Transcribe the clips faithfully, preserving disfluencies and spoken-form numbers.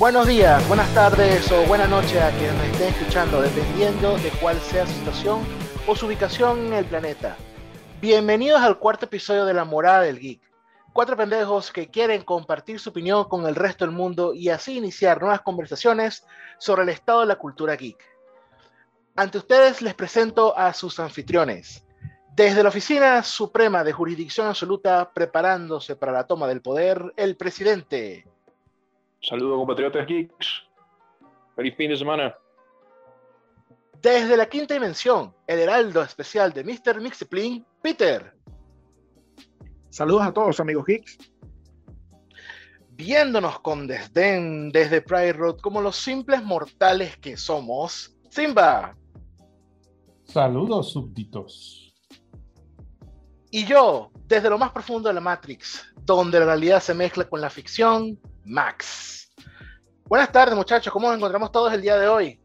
Buenos días, buenas tardes o buenas noches a quienes nos estén escuchando, dependiendo de cuál sea su situación o su ubicación en el planeta. Bienvenidos al cuarto episodio de La Morada del Geek. Cuatro pendejos que quieren compartir su opinión con el resto del mundo y así iniciar nuevas conversaciones sobre el estado de la cultura geek. Ante ustedes les presento a sus anfitriones. Desde la Oficina Suprema de Jurisdicción Absoluta, preparándose para la toma del poder, el presidente. Saludos, compatriotas geeks. Feliz fin de semana. Desde la quinta dimensión, el heraldo especial de míster Mixipling, Peter. Saludos a todos, amigos geeks. Viéndonos con desdén desde Pride Road como los simples mortales que somos, Simba. Saludos, súbditos. Y yo, desde lo más profundo de la Matrix, donde la realidad se mezcla con la ficción, Max. Buenas tardes, muchachos. ¿Cómo nos encontramos todos el día de hoy?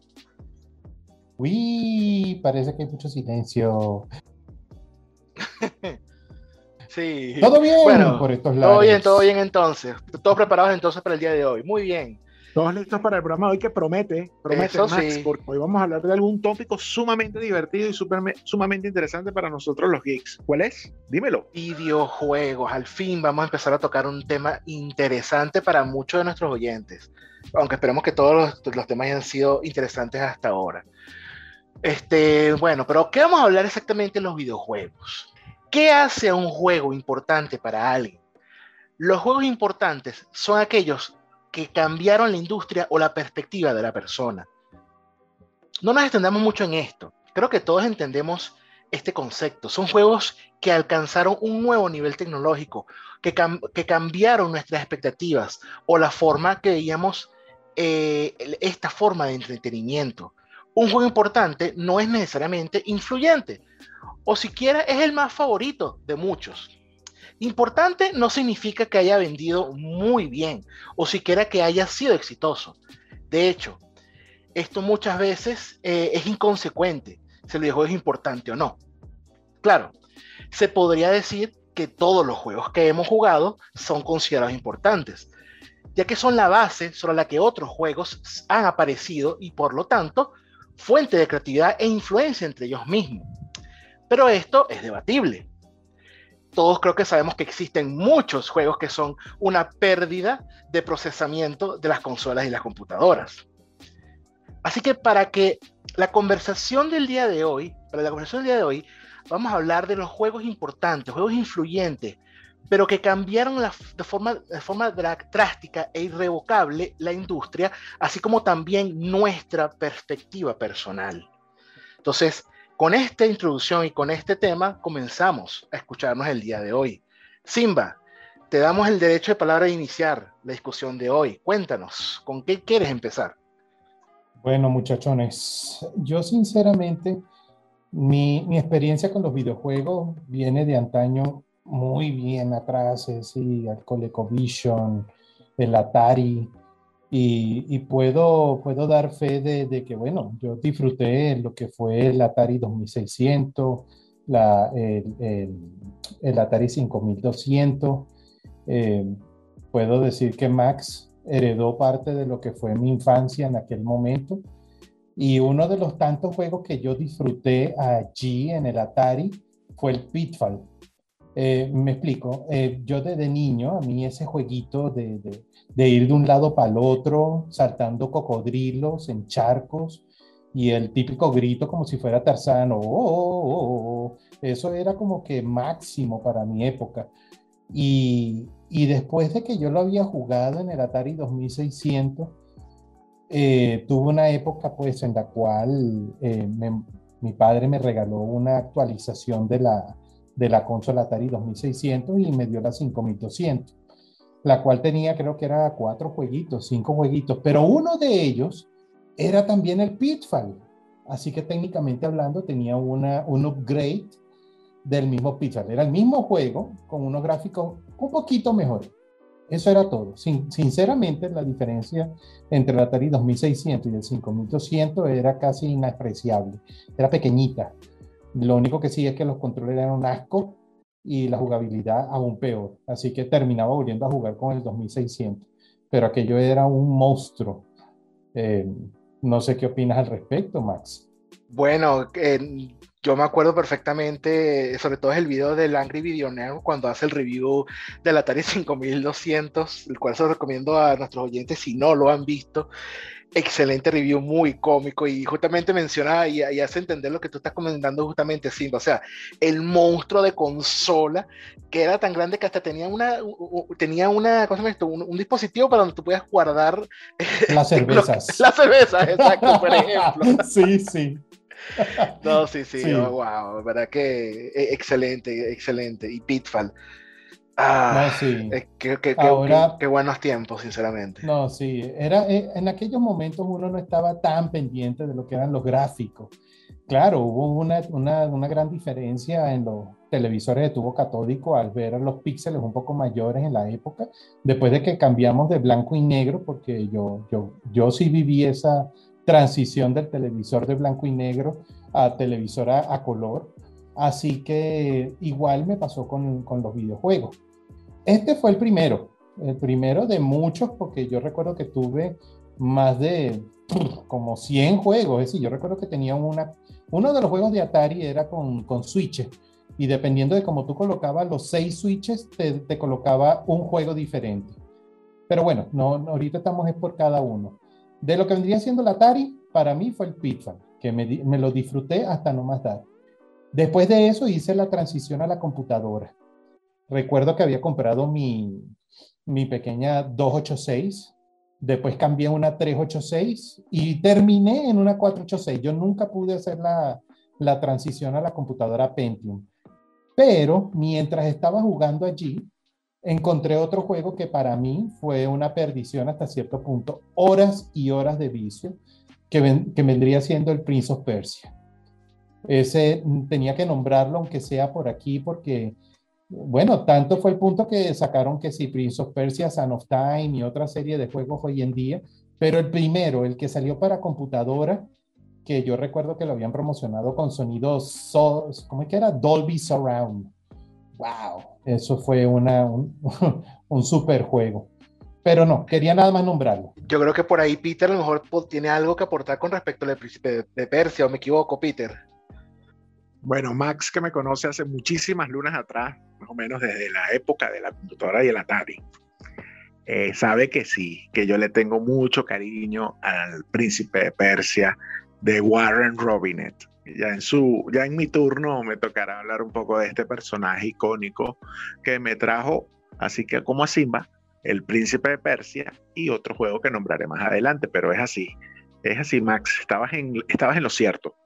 Uy, parece que hay mucho silencio. Sí. Todo bien bueno, por estos lados. Todo bien, todo bien entonces. Todos preparados entonces para el día de hoy. Muy bien. Todos listos para el programa de hoy que promete, promete Eso Max, sí. porque hoy vamos a hablar de algún tópico sumamente divertido y super, sumamente interesante para nosotros los geeks. ¿Cuál es? Dímelo. Videojuegos. Al fin vamos a empezar a tocar un tema interesante para muchos de nuestros oyentes. Aunque esperemos que todos los, los temas hayan sido interesantes hasta ahora. Este, bueno, pero ¿qué vamos a hablar exactamente en los videojuegos? ¿Qué hace a un juego importante para alguien? Los juegos importantes son aquellos que cambiaron la industria o la perspectiva de la persona. No nos extendamos mucho en esto. Creo que todos entendemos este concepto. Son juegos que alcanzaron un nuevo nivel tecnológico, que, cam que cambiaron nuestras expectativas o la forma que veíamos eh, esta forma de entretenimiento. Un juego importante no es necesariamente influyente, o siquiera es el más favorito de muchos. Importante no significa que haya vendido muy bien o siquiera que haya sido exitoso. De hecho, esto muchas veces eh, es inconsecuente si el videojuego es importante o no. Claro, se podría decir que todos los juegos que hemos jugado son considerados importantes, ya que son la base sobre la que otros juegos han aparecido y por lo tanto fuente de creatividad e influencia entre ellos mismos. Pero esto es debatible. Todos creo que sabemos que existen muchos juegos que son una pérdida de procesamiento de las consolas y las computadoras. Así que para que la conversación del día de hoy, para la conversación del día de hoy, vamos a hablar de los juegos importantes, juegos influyentes, pero que cambiaron la, de, forma, de forma drástica e irrevocable la industria, así como también nuestra perspectiva personal. Entonces, con esta introducción y con este tema, comenzamos a escucharnos el día de hoy. Simba, te damos el derecho de palabra de iniciar la discusión de hoy. Cuéntanos, ¿con qué quieres empezar? Bueno, muchachones, yo sinceramente, mi, mi experiencia con los videojuegos viene de antaño muy bien atrás, es sí, el ColecoVision, el Atari. Y, y puedo, puedo dar fe de, de que, bueno, yo disfruté lo que fue el Atari dos mil seiscientos, la, el, el, el Atari cinco mil doscientos. Eh, puedo decir que Max heredó parte de lo que fue mi infancia en aquel momento. Y uno de los tantos juegos que yo disfruté allí en el Atari fue el Pitfall. Eh, me explico, eh, yo desde niño, a mí ese jueguito de, de, de ir de un lado para el otro, saltando cocodrilos en charcos, y el típico grito como si fuera Tarzán, oh, oh, oh, oh, eso era como que máximo para mi época. Y, y después de que yo lo había jugado en el Atari dos mil seiscientos, eh, tuve una época pues en la cual eh, me, mi padre me regaló una actualización de la de la consola Atari dos mil seiscientos y me dio la cinco mil doscientos, la cual tenía, creo que era cuatro jueguitos, cinco jueguitos, pero uno de ellos era también el Pitfall, así que técnicamente hablando tenía una, un upgrade del mismo Pitfall, era el mismo juego con unos gráficos un poquito mejores. Eso era todo. Sin, sinceramente, la diferencia entre el Atari dos mil seiscientos y el cinco mil doscientos era casi inapreciable, era pequeñita. Lo único que sí es que los controles eran un asco y la jugabilidad aún peor. Así que terminaba volviendo a jugar con el dos mil seiscientos. pero aquello era un monstruo. Eh, no sé qué opinas al respecto, Max. Bueno, eh, yo me acuerdo perfectamente, sobre todo es el video del Angry Video Nerd cuando hace el review del Atari cinco mil doscientos, el cual se lo recomiendo a nuestros oyentes si no lo han visto. Excelente review, muy cómico y justamente menciona y, y hace entender lo que tú estás comentando justamente, Simba. O sea, el monstruo de consola que era tan grande que hasta tenía una, u- u- tenía una, ¿cómo se llama esto? Un, un dispositivo para donde tú puedas guardar Las cervezas. las cervezas, exacto, por ejemplo. Sí, sí. No, sí, sí, oh, Sí. wow, verdad que eh, excelente, excelente. Y Pitfall. No, Ah, sí. eh, qué, qué- qué- qué- Ahora, qué buenos tiempos, sinceramente. no, sí. Era, eh, en aquellos momentos uno no estaba tan pendiente de lo que eran los gráficos. Claro, hubo una, una, una gran diferencia en los televisores de tubo catódico al ver los píxeles un poco mayores en la época, después de que cambiamos de blanco y negro, porque yo, yo, yo sí viví esa transición del televisor de blanco y negro a televisor a, a color, así que igual me pasó con, con los videojuegos. Este fue el primero, el primero de muchos, porque yo recuerdo que tuve más de como cien juegos. Es decir, yo recuerdo que tenía una, uno de los juegos de Atari era con, con switches, y dependiendo de cómo tú colocabas los seis switches, te, te colocaba un juego diferente. Pero bueno, no, no, ahorita estamos es por cada uno. De lo que vendría siendo el Atari, para mí fue el Pitfall, que me, me lo disfruté hasta no más dar. Después de eso hice la transición a la computadora. Recuerdo que había comprado mi, mi pequeña doscientos ochenta y seis, después cambié a una trescientos ochenta y seis y terminé en una cuatrocientos ochenta y seis. Yo nunca pude hacer la, la transición a la computadora Pentium, pero mientras estaba jugando allí, encontré otro juego que para mí fue una perdición hasta cierto punto, horas y horas de vicio, que, ven, que vendría siendo el Prince of Persia. Ese tenía que nombrarlo, aunque sea por aquí, porque bueno, tanto fue el punto que sacaron que sí, Prince of Persia, Son of Time y otra serie de juegos hoy en día, pero el primero, el que salió para computadora, que yo recuerdo que lo habían promocionado con sonidos, so, ¿cómo es que era? Dolby Surround. ¡Wow! Eso fue una, un, un super juego. Pero no, quería nada más nombrarlo. Yo creo que por ahí Peter a lo mejor po- tiene algo que aportar con respecto al príncipe de, de Persia, o me equivoco, Peter. Bueno, Max, que me conoce hace muchísimas lunas atrás, más o menos desde la época de la computadora y el Atari, eh, sabe que sí, que yo le tengo mucho cariño al Príncipe de Persia de Warren Robinet. Ya en, su, ya en mi turno me tocará hablar un poco de este personaje icónico que me trajo, así que como a Simba, el Príncipe de Persia y otro juego que nombraré más adelante, pero es así, es así, Max, estabas en, estabas en lo cierto.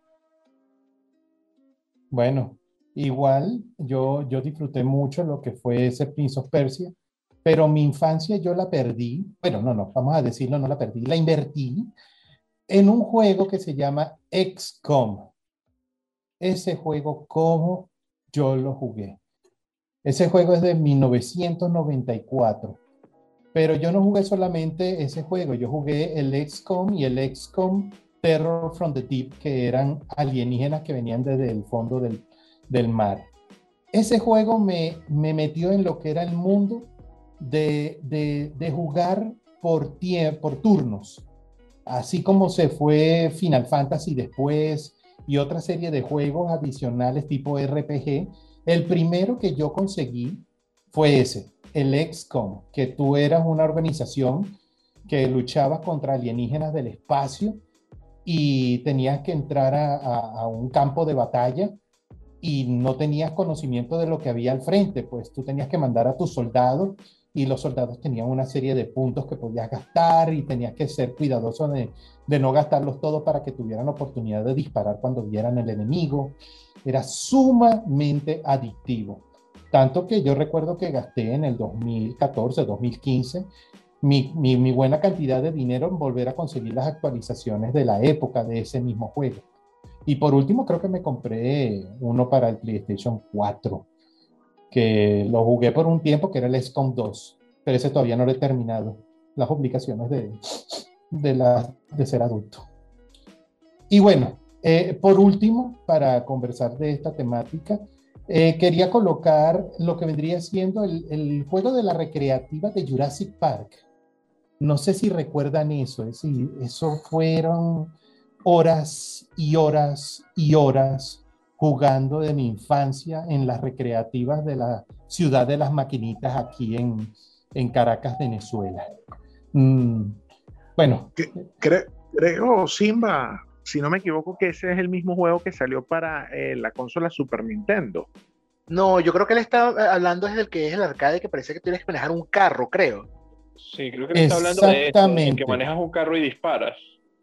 Bueno, igual yo, yo disfruté mucho lo que fue ese Prince of Persia, pero mi infancia yo la perdí. Bueno, no, no, vamos a decirlo, no la perdí, la invertí en un juego que se llama X COM. Ese juego, ¿cómo yo lo jugué? Ese juego es de mil novecientos noventa y cuatro, pero yo no jugué solamente ese juego, yo jugué el X COM y el X COM Terror from the Deep, que eran alienígenas que venían desde el fondo del, del mar. Ese juego me, me metió en lo que era el mundo de, de, de jugar por, tie, por turnos, así como se fue Final Fantasy después y otra serie de juegos adicionales tipo R P G. El primero que yo conseguí fue ese, el X COM, que tú eras una organización que luchaba contra alienígenas del espacio y tenías que entrar a, a, a un campo de batalla y no tenías conocimiento de lo que había al frente, pues tú tenías que mandar a tus soldados y los soldados tenían una serie de puntos que podías gastar y tenías que ser cuidadoso de, de no gastarlos todos para que tuvieran la oportunidad de disparar cuando vieran el enemigo. Era sumamente adictivo. Tanto que yo recuerdo que gasté en el dos mil catorce, dos mil quince mi, mi, mi buena cantidad de dinero en volver a conseguir las actualizaciones de la época de ese mismo juego. Y por último, creo que me compré uno para el PlayStation cuatro, que lo jugué por un tiempo, que era el X COM dos, pero ese todavía no lo he terminado. Las obligaciones de, de, la, de ser adulto. Y bueno, eh, por último, para conversar de esta temática, eh, quería colocar lo que vendría siendo el, el juego de la recreativa de Jurassic Park. No sé si recuerdan eso, es decir, eso fueron horas y horas y horas jugando de mi infancia en las recreativas de la ciudad de las maquinitas aquí en, en Caracas, Venezuela. Mm, bueno. Creo, creo, Simba, si no me equivoco, que ese es el mismo juego que salió para eh, la consola Super Nintendo. No, yo creo que él está hablando es del que es el arcade, que parece que tienes que manejar un carro, creo. Sí, creo que le está hablando de este, en que manejas un carro y disparas.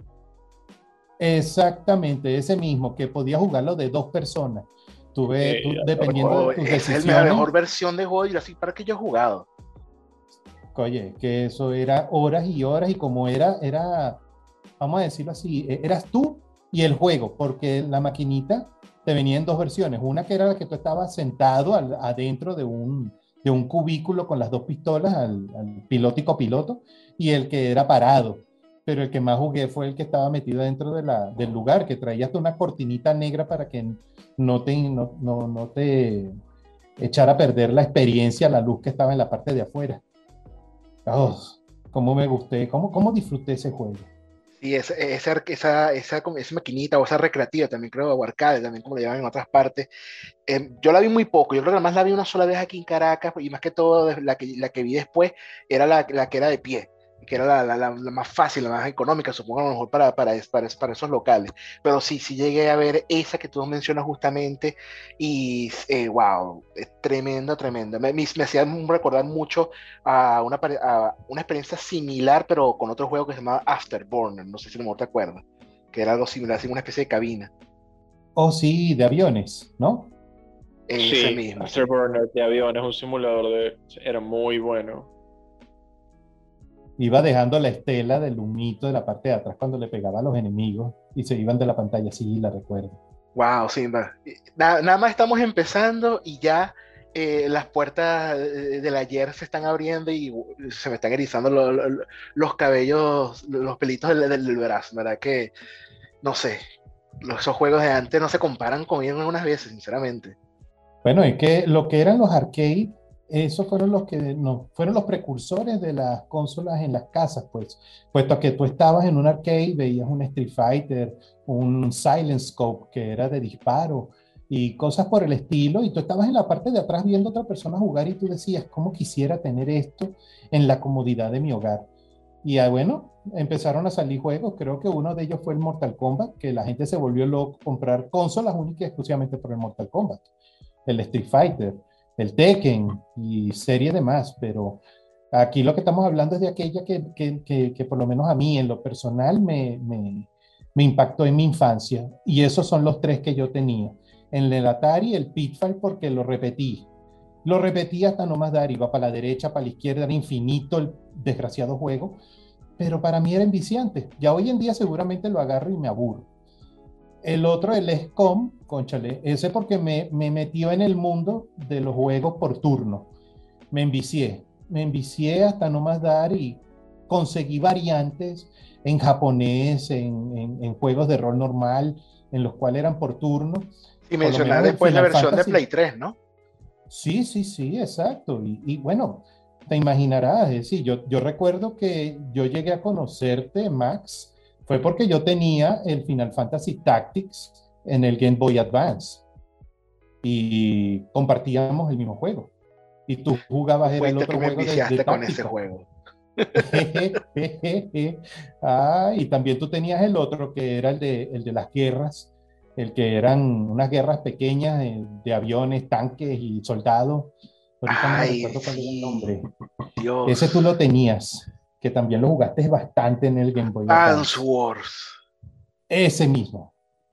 Exactamente, ese mismo, que podía jugarlo de dos personas. Tuve, tú, dependiendo oh, de tus es decisiones. Es la mejor versión de juego Jurassic Park que yo he jugado. Oye, que eso era horas y horas, y como era, era, vamos a decirlo así, eras tú y el juego, porque la maquinita te venía en dos versiones. Una que era la que tú estabas sentado al, adentro de un, de un cubículo con las dos pistolas, al, al piloto y copiloto, y el que era parado. Pero el que más jugué fue el que estaba metido dentro de la, del lugar, que traía hasta una cortinita negra para que no te, no, no, no te echara a perder la experiencia, la luz que estaba en la parte de afuera. Oh, cómo me gusté, cómo, cómo disfruté ese juego. Sí, esa, esa, esa, esa, esa maquinita o esa recreativa también creo, o arcade también como le llaman en otras partes. Eh, yo la vi muy poco, yo creo que nada más la vi una sola vez aquí en Caracas, y más que todo la que, la que vi después era la, la que era de pie, que era la, la, la, la más fácil, la más económica, supongo a lo mejor para, para, para, para esos locales. Pero sí, sí llegué a ver esa que tú mencionas justamente, y eh, wow, es tremenda, tremenda. Me, me, me hacía recordar mucho a una, a una experiencia similar, pero con otro juego que se llamaba Afterburner, no sé si no te acuerdas, que era algo similar, así una especie de cabina. Oh, sí, de aviones, ¿no? Ese sí, mismo. Afterburner de aviones, un simulador de... Era muy bueno. Iba dejando la estela del humito de la parte de atrás cuando le pegaba a los enemigos y se iban de la pantalla, sí, la recuerdo. Wow, Simba. Nada, nada más estamos empezando y ya eh, las puertas del ayer se están abriendo y se me están erizando lo, lo, los cabellos, los pelitos del, del, del brazo, ¿verdad? Que, no sé, los, esos juegos de antes no se comparan con ellos algunas veces, sinceramente. Bueno, es que lo que eran los arcades, esos fueron los que no, fueron los precursores de las consolas en las casas, pues, puesto que tú estabas en un arcade, veías un Street Fighter, un Silent Scope, que era de disparo, y cosas por el estilo, y tú estabas en la parte de atrás viendo a otra persona jugar y tú decías, ¿cómo quisiera tener esto en la comodidad de mi hogar? Y ah, bueno, empezaron a salir juegos, creo que uno de ellos fue el Mortal Kombat, que la gente se volvió loco a comprar consolas únicas y exclusivamente por el Mortal Kombat, el Street Fighter, el Tekken y serie de más, pero aquí lo que estamos hablando es de aquella que, que, que, que por lo menos a mí en lo personal me, me, me impactó en mi infancia, y esos son los tres que yo tenía. En el Atari, el Pitfall, porque lo repetí, lo repetí hasta no más dar, iba para la derecha, para la izquierda, era infinito el desgraciado juego, pero para mí era enviciante. Ya hoy en día seguramente lo agarro y me aburro. El otro, el S C O M, cónchale, ese porque me, me metió en el mundo de los juegos por turno. Me envicié, me envicié hasta no más dar y conseguí variantes en japonés, en, en, en juegos de rol normal, en los cuales eran por turno. Y mencionar después la versión Fantasy. de Play tres, ¿no? Sí, sí, sí, exacto. Y, y bueno, te imaginarás, es decir, yo, yo recuerdo que yo llegué a conocerte, Max, fue porque yo tenía el Final Fantasy Tactics en el Game Boy Advance y compartíamos el mismo juego. Y tú jugabas el otro que me juego de, de con ese juego. Ah, y también tú tenías el otro que era el de, el de las guerras, el que eran unas guerras pequeñas de, de aviones, tanques y soldados. Ahorita Ay, no recuerdo cuál sí. era el nombre. Dios. Ese tú lo tenías, que también lo jugaste bastante en el Game Boy Advance Wars. Ese mismo.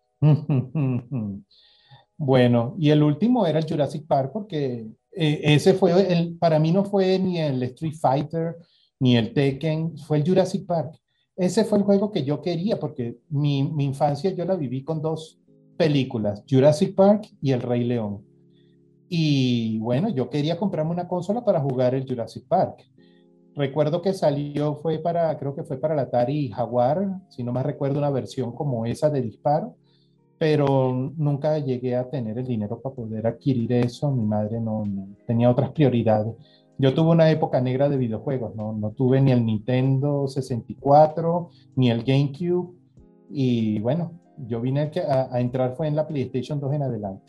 Bueno, y el último era el Jurassic Park, porque eh, ese fue, el, para mí no fue ni el Street Fighter, ni el Tekken, fue el Jurassic Park. Ese fue el juego que yo quería, porque mi, mi infancia yo la viví con dos películas, Jurassic Park y El Rey León. Y bueno, yo quería comprarme una consola para jugar el Jurassic Park. Recuerdo que salió, fue para, creo que fue para el Atari Jaguar, si no me recuerdo, una versión como esa de disparo, pero nunca llegué a tener el dinero para poder adquirir eso. Mi madre no, no tenía otras prioridades. Yo tuve una época negra de videojuegos, no, no tuve ni el Nintendo sesenta y cuatro, ni el GameCube, y bueno, yo vine a, a entrar fue en la PlayStation dos en adelante.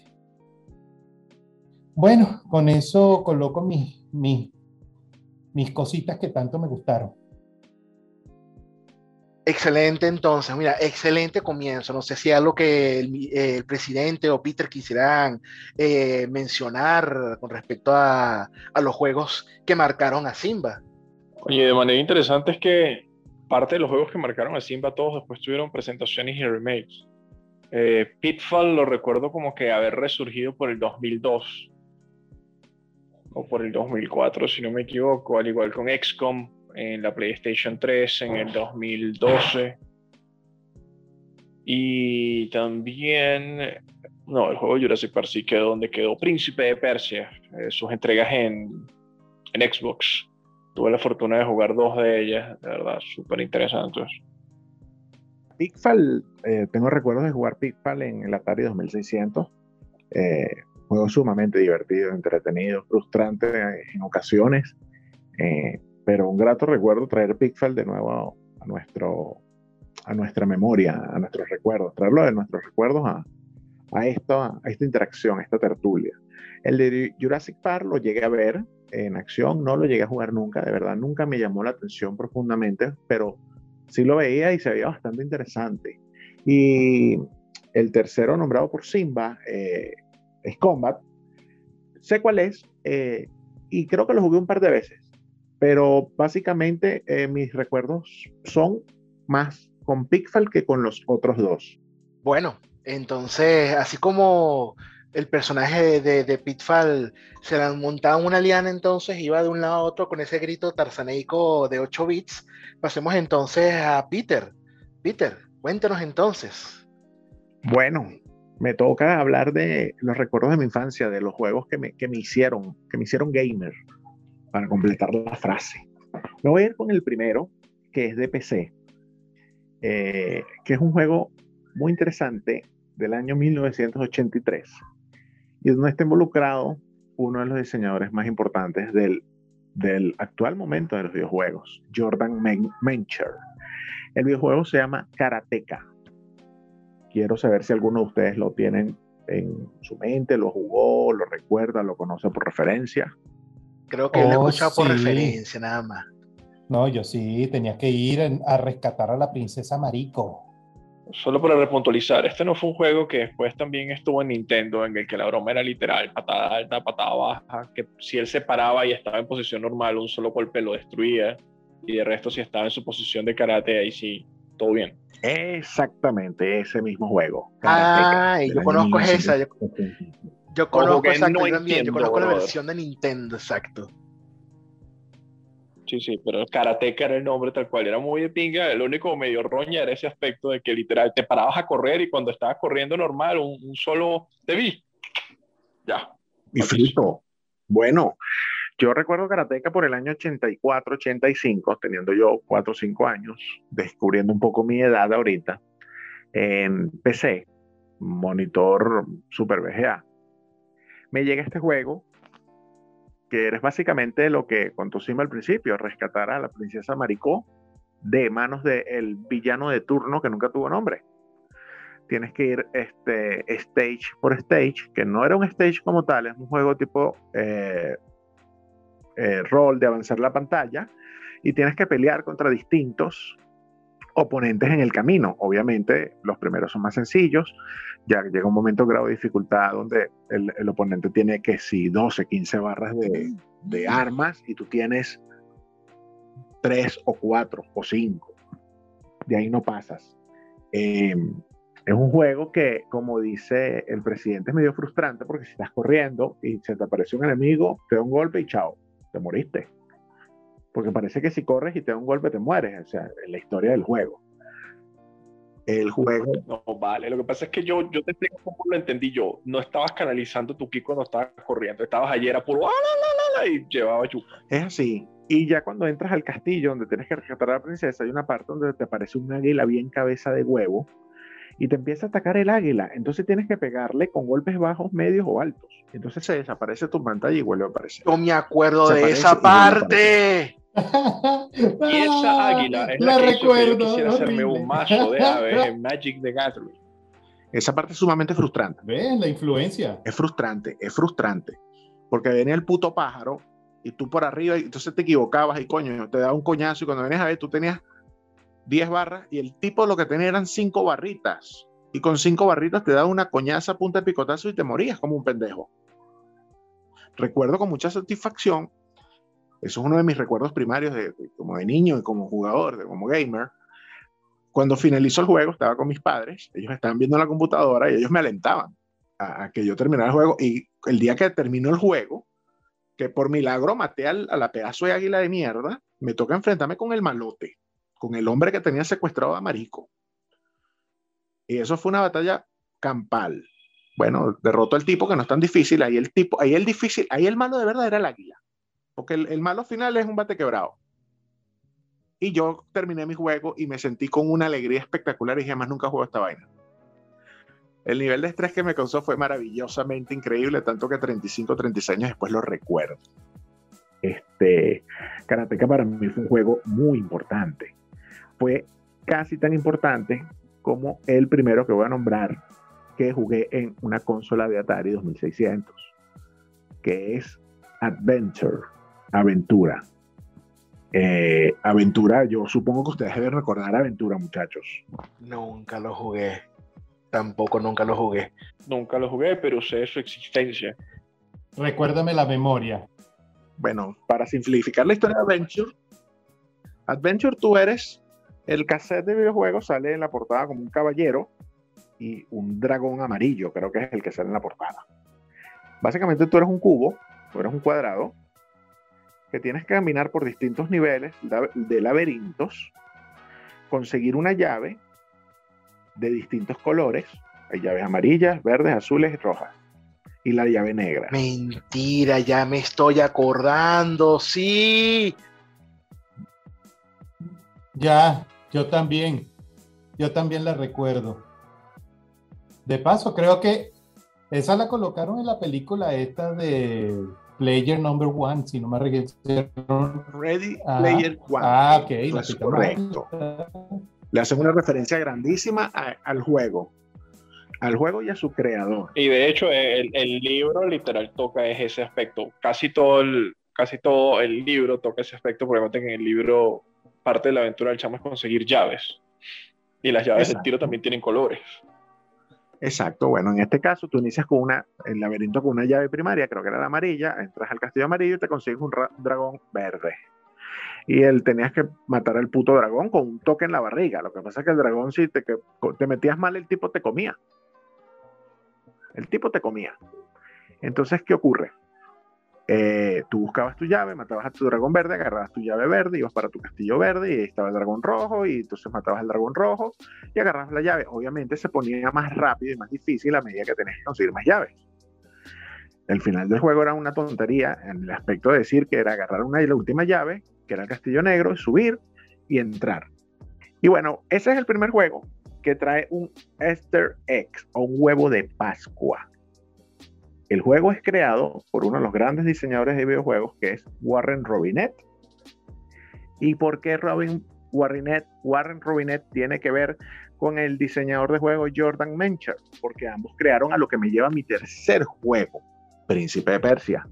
Bueno, con eso coloco mis, mis, mis cositas que tanto me gustaron. Excelente, entonces, mira, excelente comienzo. No sé si hay algo que el, el presidente o Peter quisieran eh, mencionar con respecto a, a los juegos que marcaron a Simba. Oye, de manera interesante es que parte de los juegos que marcaron a Simba, todos después tuvieron presentaciones y remakes. Eh, Pitfall lo recuerdo como que haber resurgido por el dos mil dos o por el dos mil cuatro, si no me equivoco, al igual con X COM en la PlayStation tres en el dos mil doce. Y también, no, el juego Jurassic Park sí quedó donde quedó Príncipe de Persia, eh, sus entregas en, en Xbox. Tuve la fortuna de jugar dos de ellas, de verdad, súper interesantes. Pitfall, eh, tengo recuerdos de jugar Pitfall en el Atari dos mil seiscientos. Eh, juego sumamente divertido, entretenido, frustrante en ocasiones. Eh, pero un grato recuerdo traer Pitfall de nuevo a, a, nuestro, a nuestra memoria, a nuestros recuerdos, traerlo de nuestros recuerdos a, a, esto, a esta interacción, a esta tertulia. El de Jurassic Park lo llegué a ver en acción, no lo llegué a jugar nunca, de verdad, nunca me llamó la atención profundamente, pero sí lo veía y se veía bastante interesante. Y el tercero nombrado por Simba, eh, es Combat. Sé cuál es, eh, y creo que lo jugué un par de veces. Pero básicamente eh, mis recuerdos son más con Pitfall que con los otros dos. Bueno, entonces, así como el personaje de, de, de Pitfall se le montaba una liana, entonces iba de un lado a otro con ese grito tarzaneico de ocho bits, pasemos entonces a Peter. Peter, cuéntanos entonces. Bueno, me toca hablar de los recuerdos de mi infancia, de los juegos que me, que me hicieron, que me hicieron gamer. Para completar la frase. Me voy a ir con el primero, que es de P C, eh, que es un juego muy interesante del año mil novecientos ochenta y tres, y donde está involucrado uno de los diseñadores más importantes del, del actual momento de los videojuegos, Jordan Mencher. El videojuego se llama Karateka. Quiero saber si alguno de ustedes lo tienen en su mente, lo jugó, lo recuerda, lo conoce por referencia. Creo que oh, lo he escuchado sí. por referencia, nada más. No, yo sí, tenía que ir a rescatar a la princesa Mariko. Solo para repuntualizar, este no fue un juego que después también estuvo en Nintendo, en el que la broma era literal, patada alta, patada baja, que si él se paraba y estaba en posición normal, un solo golpe lo destruía, y de resto si estaba en su posición de karate, ahí sí, todo bien. Exactamente, ese mismo juego. Ah, yo conozco esa. Yo... Yo conozco esa no también, yo conozco la versión de Nintendo, exacto. Sí, sí, pero Karateka era el nombre tal cual, era muy de pinga, el único medio roña era ese aspecto de que literal te parabas a correr y cuando estabas corriendo normal, un, un solo te vi. Ya. Y frito. Bueno, yo recuerdo Karateka por el año ochenta y cuatro, ochenta y cinco, teniendo yo cuatro o cinco años, descubriendo un poco mi edad ahorita, en P C, monitor Super V G A. Me llega este juego, que eres básicamente lo que contó Simba al principio, rescatar a la princesa Mariko de manos del villano de turno que nunca tuvo nombre. Tienes que ir este, stage por stage, que no era un stage como tal, es un juego tipo eh, eh, rol de avanzar la pantalla, y tienes que pelear contra distintos oponentes en el camino. Obviamente los primeros son más sencillos, ya llega un momento de grado de dificultad donde el, el oponente tiene que si doce, quince barras de, de armas y tú tienes tres o cuatro o cinco, de ahí no pasas. Eh, es un juego que, como dice el presidente, es medio frustrante porque si estás corriendo y se te aparece un enemigo, te da un golpe y chao, te moriste. Porque parece que si corres y te da un golpe te mueres, o sea, en la historia del juego. El juego... No, vale, lo que pasa es que yo, yo te explico cómo lo entendí yo. No estabas canalizando tu ki cuando estabas corriendo, estabas ayer era puro... ¡Ah, la, la, la! Y llevaba chupa. Es así. Y ya cuando entras al castillo donde tienes que rescatar a la princesa, hay una parte donde te aparece un águila bien cabeza de huevo y te empieza a atacar el águila. Entonces tienes que pegarle con golpes bajos, medios o altos. Entonces se desaparece tu pantalla y vuelve a aparecer. Yo me acuerdo Se de aparece esa y vuelve a parte. Y esa águila es la, La que hizo que yo recuerdo, quisiera hacerme horrible. un mazo de aves en Magic the Gathering. Esa parte es sumamente frustrante. ¿Ves la influencia? Es frustrante, es frustrante. Porque venía el puto pájaro y tú por arriba, y entonces te equivocabas y coño, te daba un coñazo y cuando venías a ver tú tenías diez barras y el tipo lo que tenía eran cinco barritas. Y con cinco barritas te daba una coñaza a punta de picotazo y te morías como un pendejo. Recuerdo con mucha satisfacción, eso es uno de mis recuerdos primarios de, de, como de niño y como jugador, de, como gamer. Cuando finalizó el juego, estaba con mis padres, ellos estaban viendo la computadora y ellos me alentaban a, a que yo terminara el juego. Y el día que terminó el juego, que por milagro maté al, a la pedazo de águila de mierda, me toca enfrentarme con el malote, con el hombre que tenía secuestrado a Marico. Y eso fue una batalla campal. Bueno, derrotó al tipo, que no es tan difícil. Ahí el tipo, ahí el difícil, ahí el malo de verdad era el águila. Porque el, el malo final es un bate quebrado. Y yo terminé mi juego y me sentí con una alegría espectacular y dije, más nunca juego esta vaina. El nivel de estrés que me causó fue maravillosamente increíble, tanto que treinta y cinco, treinta y seis años después lo recuerdo. Este, Karateka para mí fue un juego muy importante. Fue casi tan importante como el primero que voy a nombrar, que jugué en una consola de Atari dos mil seiscientos, que es Adventure, Aventura. Eh, Aventura, yo supongo que ustedes deben recordar Aventura, muchachos. Nunca lo jugué. Tampoco nunca lo jugué. Nunca lo jugué, pero sé su existencia. Recuérdame la memoria. Bueno, para simplificar la historia de Adventure, Adventure tú eres, el cassette de videojuegos sale en la portada como un caballero y un dragón amarillo, creo que es el que sale en la portada. Básicamente tú eres un cubo, tú eres un cuadrado, que tienes que caminar por distintos niveles de laberintos, conseguir una llave de distintos colores. Hay llaves amarillas, verdes, azules y rojas. Y la llave negra. Mentira, ya me estoy acordando, sí. Ya, yo también. Yo también la recuerdo. De paso, creo que esa la colocaron en la película esta de Player Number One, si no me recuerdo. Ready Ah, Player One. Ah, ok. Eso la es quitamos. correcto. Le hacen una referencia grandísima a, al juego. Al juego y a su creador. Y de hecho, el, el libro literal toca ese aspecto. Casi todo el, casi todo el libro toca ese aspecto, porque en el libro parte de la aventura del chamo es conseguir llaves. Y las llaves Exacto. del tiro también tienen colores. Exacto, bueno, en este caso tú inicias con una, el laberinto con una llave primaria, creo que era la amarilla, entras al castillo amarillo y te consigues un dragón verde. Y él tenías que matar al puto dragón con un toque en la barriga. Lo que pasa es que el dragón, si te, que, te metías mal, el tipo te comía. El tipo te comía. Entonces, ¿qué ocurre? Eh, tú buscabas tu llave, matabas a tu dragón verde, agarrabas tu llave verde, ibas para tu castillo verde y ahí estaba el dragón rojo y entonces matabas al dragón rojo y agarrabas la llave. Obviamente se ponía más rápido y más difícil a medida que tenías que conseguir más llaves. El final del juego era una tontería en el aspecto de decir que era agarrar una y la última llave, que era el castillo negro, subir y entrar. Y bueno, ese es el primer juego que trae un Easter egg o un huevo de Pascua. El juego es creado por uno de los grandes diseñadores de videojuegos, que es Warren Robinet. ¿Y por qué Robin Warrenet, Warren Robinet tiene que ver con el diseñador de juegos Jordan Mencher? Porque ambos crearon a lo que me lleva a mi tercer juego, Príncipe de Persia.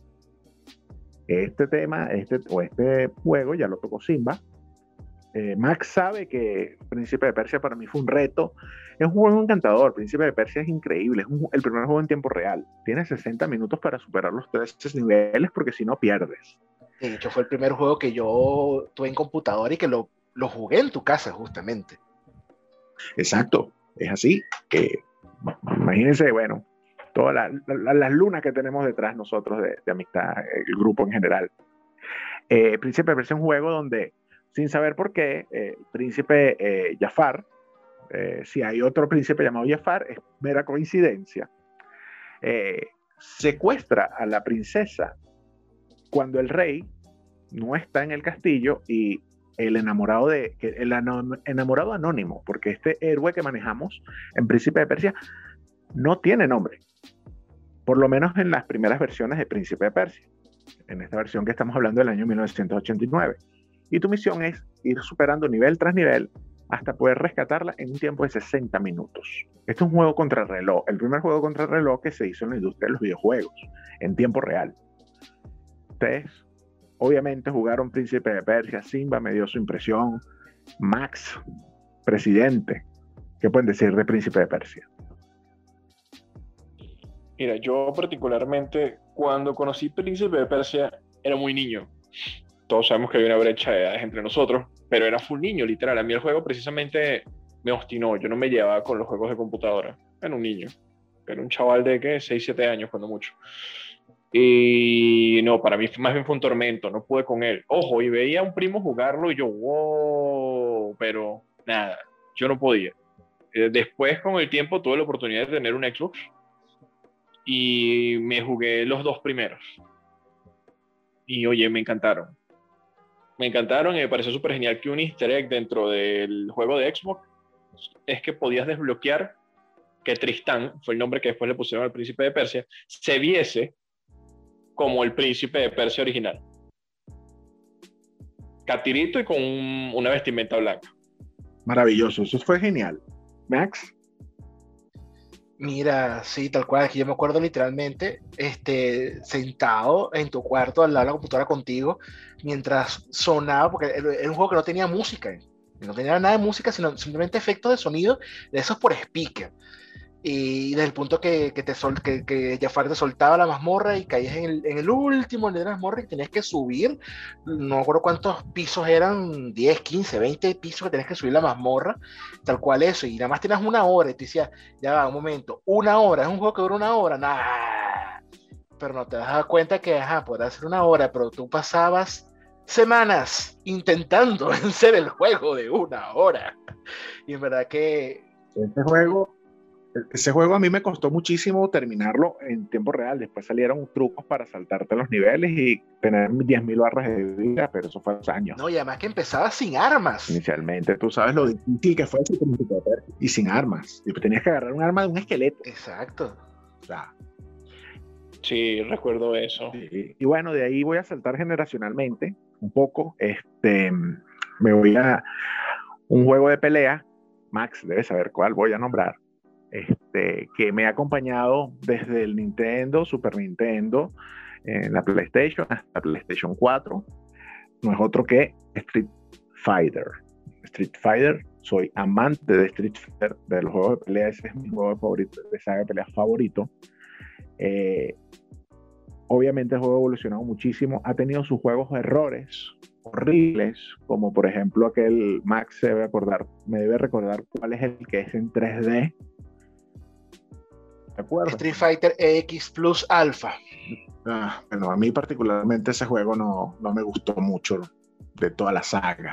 Este tema, este, o este juego ya lo tocó Simba. Eh, Max sabe que Príncipe de Persia para mí fue un reto. Es un juego encantador. Príncipe de Persia es increíble. Es un, el primer juego en tiempo real. Tienes sesenta minutos para superar los tres niveles porque si no pierdes. De hecho, fue el primer juego que yo tuve en computadora y que lo, lo jugué en tu casa, justamente. Exacto. Es así. Eh, imagínense, bueno, todas la, la, las lunas que tenemos detrás nosotros de, de amistad, el grupo en general. Eh, Príncipe de Persia es un juego donde, sin saber por qué, eh, Príncipe eh, Jafar, eh, si hay otro príncipe llamado Jafar, es mera coincidencia, eh, secuestra a la princesa cuando el rey no está en el castillo y el enamorado de el enamorado anónimo, porque este héroe que manejamos en Príncipe de Persia no tiene nombre, por lo menos en las primeras versiones de Príncipe de Persia, en esta versión que estamos hablando del año mil novecientos ochenta y nueve, y tu misión es ir superando nivel tras nivel hasta poder rescatarla en un tiempo de sesenta minutos. Este es un juego contrarreloj, el primer juego contrarreloj que se hizo en la industria de los videojuegos, en tiempo real. Ustedes obviamente jugaron Príncipe de Persia, Simba me dio su impresión, Max, presidente, ¿qué pueden decir de Príncipe de Persia? Mira, yo particularmente cuando conocí Príncipe de Persia era muy niño. Todos sabemos que hay una brecha de edades entre nosotros, pero era full niño, literal. A mí el juego precisamente me obstinó, yo no me llevaba con los juegos de computadora, era un niño, era un chaval de ¿qué? seis, siete años cuando mucho. Y no, para mí más bien fue un tormento, no pude con él. Ojo, y veía a un primo jugarlo y yo, wow, pero nada, yo no podía. Después, con el tiempo, tuve la oportunidad de tener un Xbox y me jugué los dos primeros. Y oye, me encantaron. Me encantaron y me pareció súper genial que un easter egg dentro del juego de Xbox es que podías desbloquear que Tristán, fue el nombre que después le pusieron al Príncipe de Persia, se viese como el Príncipe de Persia original. Catirito y con un, una vestimenta blanca. Maravilloso, eso fue genial. Max. Mira, sí, tal cual, es que yo me acuerdo literalmente este, sentado en tu cuarto al lado de la computadora contigo mientras sonaba, porque era un juego que no tenía música, no tenía nada de música, sino simplemente efectos de sonido de esos por speaker. Y desde el punto que, que, te sol, que, que Jafar te soltaba la mazmorra y caías en el, en el último de la mazmorra y tenías que subir, no me acuerdo cuántos pisos eran, diez, quince, veinte pisos que tenías que subir la mazmorra, tal cual eso, y nada más tenías una hora, y te decías, ya va, un momento, una hora, es un juego que dura una hora, nah, pero no te das a cuenta que, ajá, podrá ser una hora, pero tú pasabas semanas intentando vencer el juego de una hora, y en verdad que... Este juego... Ese juego a mí me costó muchísimo terminarlo en tiempo real. Después salieron trucos para saltarte los niveles y tener diez mil barras de vida, pero eso fue hace años. No, y además que empezaba sin armas. Inicialmente, tú sabes lo difícil que fue ese y sin armas. Y tenías que agarrar un arma de un esqueleto. Exacto. O sea, sí, recuerdo eso. Sí. Y bueno, de ahí voy a saltar generacionalmente un poco. Este, me voy a un juego de pelea. Max debe saber cuál voy a nombrar. Este, que me ha acompañado desde el Nintendo, Super Nintendo, en la PlayStation, hasta PlayStation cuatro. No es otro que Street Fighter. Street Fighter, soy amante de Street Fighter, de los juegos de pelea, ese es mi juego favorito, de saga de pelea favorito. Eh, obviamente el juego ha evolucionado muchísimo, ha tenido sus juegos errores horribles, como por ejemplo aquel, Max se debe acordar, me debe recordar cuál es el que es en tres D. ¿De acuerdo? Street Fighter X Plus Alpha. Ah, bueno, a mí particularmente ese juego no, no me gustó mucho de toda la saga.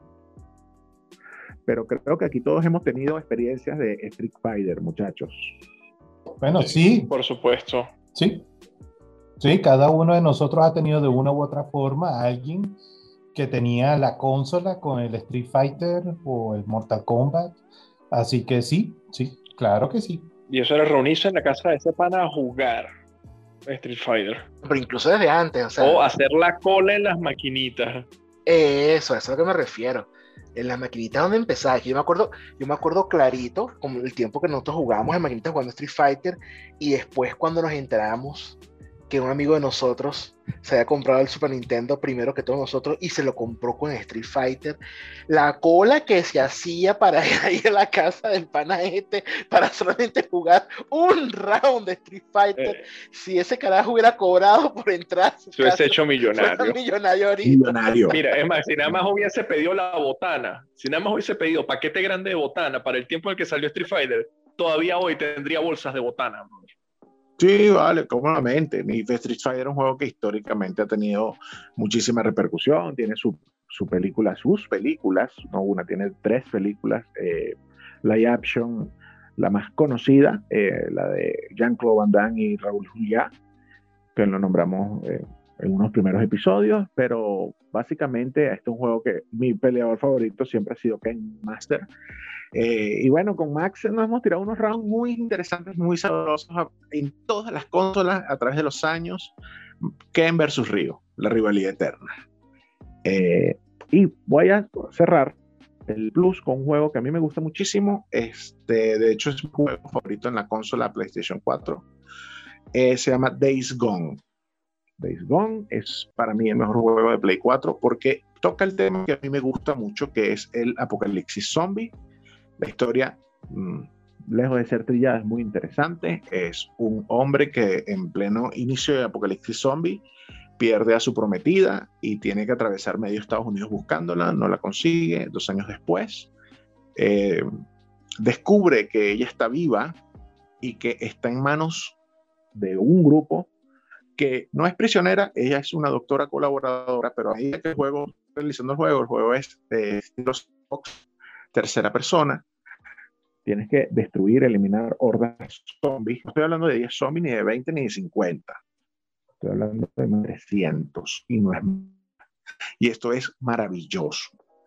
Pero creo que aquí todos hemos tenido experiencias de Street Fighter, muchachos. Bueno, sí. Por supuesto. Sí. Sí, cada uno de nosotros ha tenido de una u otra forma a alguien que tenía la consola con el Street Fighter o el Mortal Kombat. Así que sí, sí, claro que sí. Y eso era reunirse en la casa de ese pana a jugar Street Fighter. Pero incluso desde antes, o sea... O hacer la cola en las maquinitas. Eso, eso es a lo que me refiero. En las maquinitas donde empezaba. Yo me acuerdo, yo me acuerdo clarito, como el tiempo que nosotros jugábamos en maquinitas jugando Street Fighter, y después cuando nos enteramos que un amigo de nosotros se había comprado el Super Nintendo primero que todos nosotros y se lo compró con Street Fighter. La cola que se hacía para ir ahí a la casa del pana este para solamente jugar un round de Street Fighter. Eh, si ese carajo hubiera cobrado por entrar, se hubiese hecho millonario. millonario ahorita. Millonario. Mira, es más, si nada más hubiese pedido la botana, si nada más hubiese pedido paquete grande de botana para el tiempo en el que salió Street Fighter, todavía hoy tendría bolsas de botana, bro. Sí, vale, cómodamente. Mi Street Fighter es un juego que históricamente ha tenido muchísima repercusión, tiene su, su película, sus películas, no una, tiene tres películas, eh, live action, la más conocida, eh, la de Jean-Claude Van Damme y Raúl Juliá, que lo nombramos eh, en unos primeros episodios, pero básicamente este es un juego que mi peleador favorito siempre ha sido Ken Master. Eh, y bueno, con Max nos hemos tirado unos rounds muy interesantes, muy sabrosos en todas las consolas a través de los años. Ken versus Ryo, la rivalidad eterna. Eh, y voy a cerrar el Plus con un juego que a mí me gusta muchísimo. Este, de hecho, es mi juego favorito en la consola PlayStation cuatro. Eh, se llama Days Gone. Days Gone es para mí el mejor juego de Play cuatro porque toca el tema que a mí me gusta mucho, que es el apocalipsis zombie. La historia, mmm, lejos de ser trillada, es muy interesante. Es un hombre que en pleno inicio de apocalipsis zombie pierde a su prometida y tiene que atravesar medio Estados Unidos buscándola, no la consigue. Dos años después eh, descubre que ella está viva y que está en manos de un grupo que no es prisionera. Ella es una doctora colaboradora, pero a medida que el juego, realizando el juego, el juego es de estilo tercera persona. Tienes que destruir, eliminar hordas zombies. No estoy hablando de diez zombies, ni de veinte, ni de cincuenta. Estoy hablando de trescientos y no es. Y esto es maravilloso,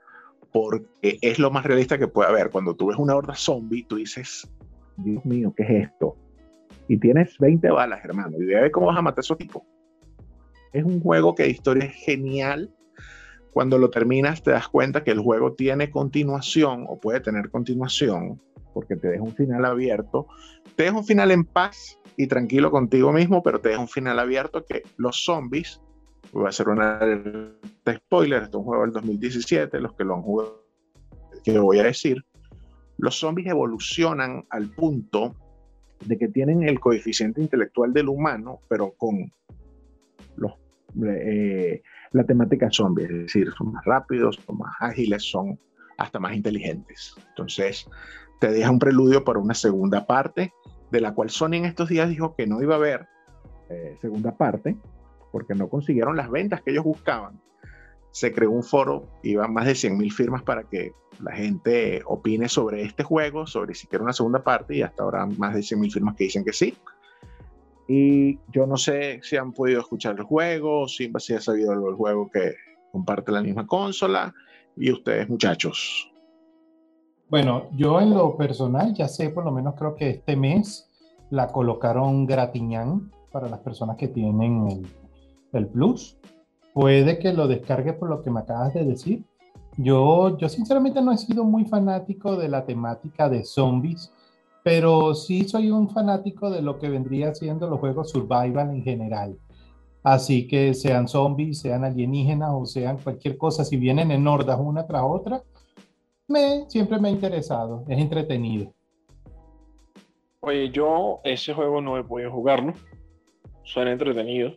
porque es lo más realista que puede haber. Cuando tú ves una horda zombie, tú dices, Dios mío, ¿qué es esto? Y tienes veinte balas, hermano, y ve cómo vas a matar a esos tipos. Es un juego que de historia es genial. Cuando lo terminas te das cuenta que el juego tiene continuación, o puede tener continuación, porque te deja un final abierto. Te deja un final en paz y tranquilo contigo mismo, pero te deja un final abierto que los zombies, voy a hacer una de spoiler, este es un juego del dos mil diecisiete, los que lo han jugado, que lo voy a decir, los zombies evolucionan al punto de que tienen el coeficiente intelectual del humano, pero con los, eh, la temática zombie, es decir, son más rápidos, son más ágiles, son hasta más inteligentes. Entonces, te deja un preludio para una segunda parte, de la cual Sony en estos días dijo que no iba a haber eh, segunda parte, porque no consiguieron las ventas que ellos buscaban. Se creó un foro, iban más de cien mil firmas para que la gente opine sobre este juego, sobre si quiere una segunda parte, y hasta ahora más de cien mil firmas que dicen que sí. Y yo no sé si han podido escuchar el juego, si ha sabido algo del juego que comparte la misma consola, y ustedes, muchachos. Bueno, yo en lo personal ya sé, por lo menos creo que este mes la colocaron gratiñán para las personas que tienen el, el Plus. Puede que lo descargue por lo que me acabas de decir. Yo, yo sinceramente no he sido muy fanático de la temática de zombies, pero sí soy un fanático de lo que vendría siendo los juegos survival en general. Así que sean zombies, sean alienígenas o sean cualquier cosa, si vienen en hordas una tras otra, me, siempre me ha interesado, es entretenido. Oye, yo ese juego no he podido jugarlo, suena entretenido,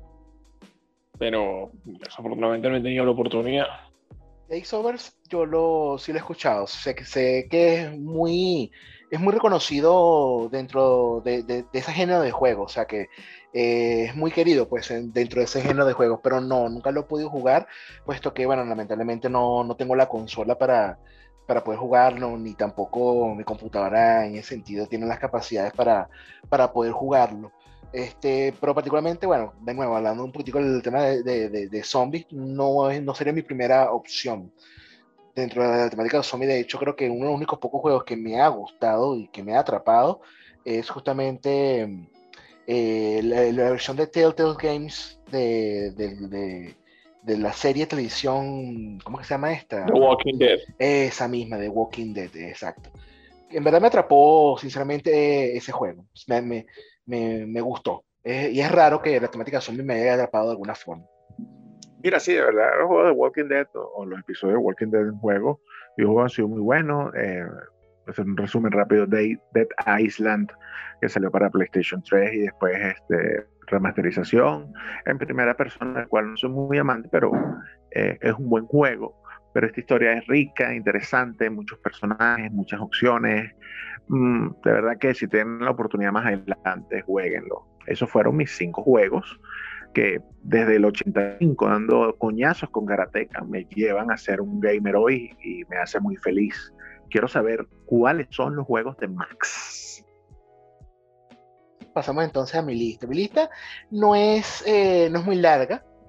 pero desafortunadamente no he tenido la oportunidad. Days Overs, yo lo, sí lo he escuchado, sé que, sé que es muy, es muy reconocido dentro de, de, de ese género de juegos, o sea que eh, es muy querido pues en, dentro de ese género de juegos, pero no, nunca lo he podido jugar, puesto que, bueno, lamentablemente no, no tengo la consola para, para poder jugarlo, ni tampoco mi computadora en ese sentido tiene las capacidades para, para poder jugarlo. Este, pero particularmente, bueno, de nuevo, hablando un poquitico del tema de, de, de, de zombies, no, no sería mi primera opción dentro de la temática de zombies. De hecho, creo que uno de los únicos pocos juegos que me ha gustado y que me ha atrapado es justamente eh, la, la versión de Telltale Games de, de, de, de la serie de televisión, ¿cómo que se llama esta? The Walking Dead. Esa misma, de Walking Dead, exacto. En verdad me atrapó, sinceramente, ese juego. Me, me, me, me gustó. Eh, y es raro que la temática zombie me haya atrapado de alguna forma. Mira, sí, de verdad, los juegos de Walking Dead o, o los episodios de Walking Dead en juego, los juegos han sido muy buenos. Eh, hacer un resumen rápido: Dead, Dead Island, que salió para PlayStation tres y después este, remasterización en primera persona, del cual no soy muy amante, pero eh, es un buen juego. Pero esta historia es rica, interesante, muchos personajes, muchas opciones. Mm, de verdad que si tienen la oportunidad más adelante, jueguenlo. Esos fueron mis cinco juegos que desde el ochenta y cinco, dando coñazos con Karateka, me llevan a ser un gamer hoy y me hace muy feliz. Quiero saber cuáles son los juegos de Max. Pasamos entonces a mi lista. Mi lista no es, eh, no es muy larga.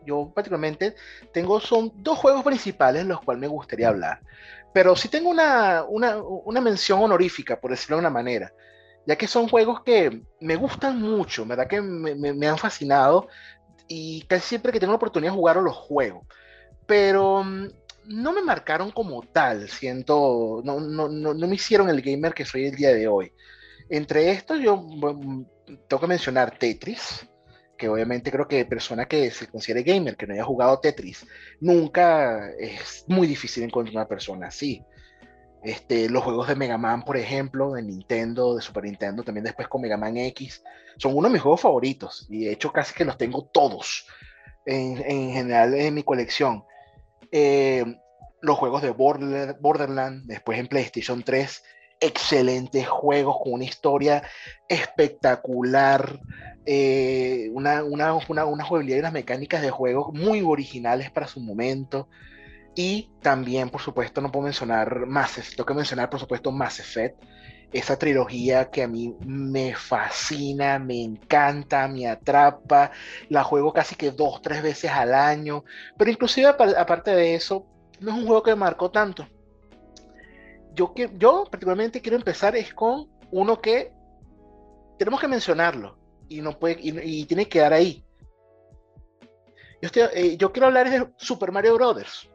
yo particularmente tengo, son dos juegos principales los cuales me gustaría hablar, pero sí tengo una, una, una mención honorífica, por decirlo de una manera, ya que son juegos que me gustan mucho, ¿verdad? Que me, me, me han fascinado y casi siempre que tengo la oportunidad de jugarlos los juego, pero mm, no me marcaron como tal, siento, no, no, no, no me hicieron el gamer que soy el día de hoy. Entre estos yo bueno, tengo que mencionar Tetris, que obviamente creo que persona que se considere gamer, que no haya jugado Tetris, nunca es muy difícil encontrar una persona así. Este, los juegos de Mega Man, por ejemplo, de Nintendo, de Super Nintendo, también después con Mega Man X, son uno de mis juegos favoritos, y de hecho casi que los tengo todos en, en general en mi colección. Eh, los juegos de Border, Borderlands, después en PlayStation tres, excelentes juegos con una historia espectacular, eh, una, una, una, una jugabilidad y unas mecánicas de juego muy originales para su momento. Y también, por supuesto, no puedo mencionar Mass Effect, tengo que mencionar, por supuesto, Mass Effect, esa trilogía que a mí me fascina, me encanta, me atrapa, la juego casi que dos, tres veces al año, pero inclusive aparte de eso, no es un juego que me marcó tanto. Yo, yo particularmente quiero empezar es con uno que tenemos que mencionarlo y, no puede, y, y tiene que quedar ahí. Yo, estoy, eh, yo quiero hablar de Super Mario Brothers.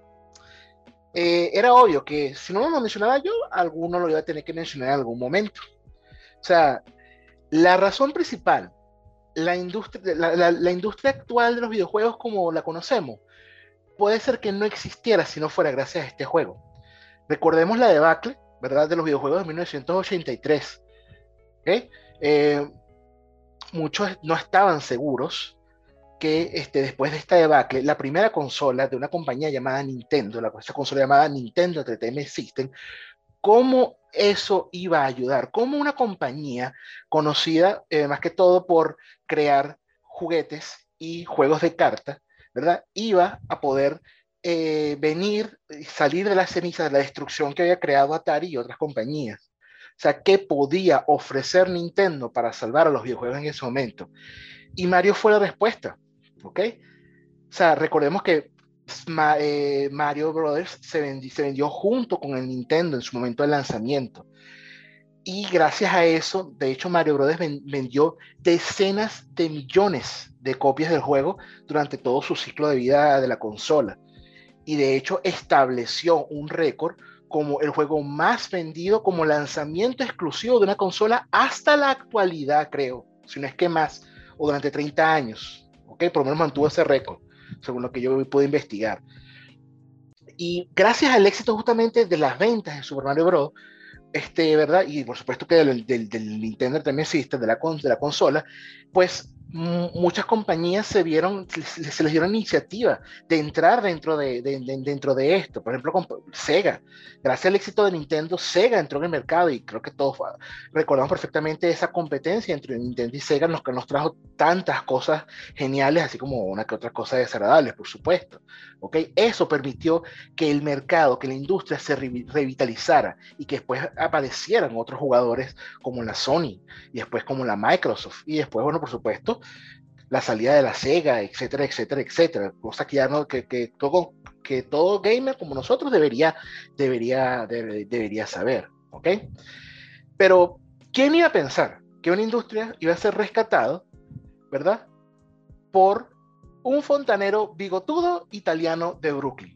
Eh, era obvio que si no lo mencionaba yo, alguno lo iba a tener que mencionar en algún momento. O sea, la razón principal, la industria, la, la, la industria actual de los videojuegos como la conocemos, puede ser que no existiera si no fuera gracias a este juego. Recordemos la debacle, ¿verdad?, de los videojuegos de mil novecientos ochenta y tres. ¿Okay? Eh, muchos no estaban seguros que este, después de esta debacle, la primera consola de una compañía llamada Nintendo, la esta consola llamada Nintendo Entertainment System, cómo eso iba a ayudar, cómo una compañía conocida eh, más que todo por crear juguetes y juegos de cartas, ¿verdad?, iba a poder eh, venir y salir de las cenizas de la destrucción que había creado Atari y otras compañías. O sea, ¿qué podía ofrecer Nintendo para salvar a los videojuegos en ese momento? Y Mario fue la respuesta. ¿Ok? O sea, recordemos que Ma, eh, Mario Brothers se, vendi, se vendió junto con el Nintendo en su momento de lanzamiento. Y gracias a eso, de hecho, Mario Brothers ven, vendió decenas de millones de copias del juego durante todo su ciclo de vida de la consola. Y de hecho, estableció un récord como el juego más vendido como lanzamiento exclusivo de una consola hasta la actualidad, creo, si no es que más, o durante treinta años. Okay, por lo menos mantuvo ese récord, según lo que yo pude investigar. Y gracias al éxito justamente de las ventas de Super Mario Bros., este, ¿verdad? Y por supuesto que del, del, del Nintendo también existe, de la, de la consola, pues muchas compañías se vieron, se, se les dieron iniciativa de entrar dentro de, de, de, dentro de esto. Por ejemplo, con Sega, gracias al éxito de Nintendo, Sega entró en el mercado y creo que todos recordamos perfectamente esa competencia entre Nintendo y Sega, nos, que nos trajo tantas cosas geniales, así como una que otra cosa desagradables, por supuesto. ¿Okay? Eso permitió que el mercado, que la industria se re revitalizara y que después aparecieran otros jugadores como la Sony y después como la Microsoft y después, bueno, por supuesto, la salida de la Sega, etcétera, etcétera, etcétera, cosa que ya no, que, que, todo, que todo gamer como nosotros debería, debería, debe, debería saber, ¿ok? Pero, ¿quién iba a pensar que una industria iba a ser rescatado, ¿verdad?, por un fontanero bigotudo italiano de Brooklyn?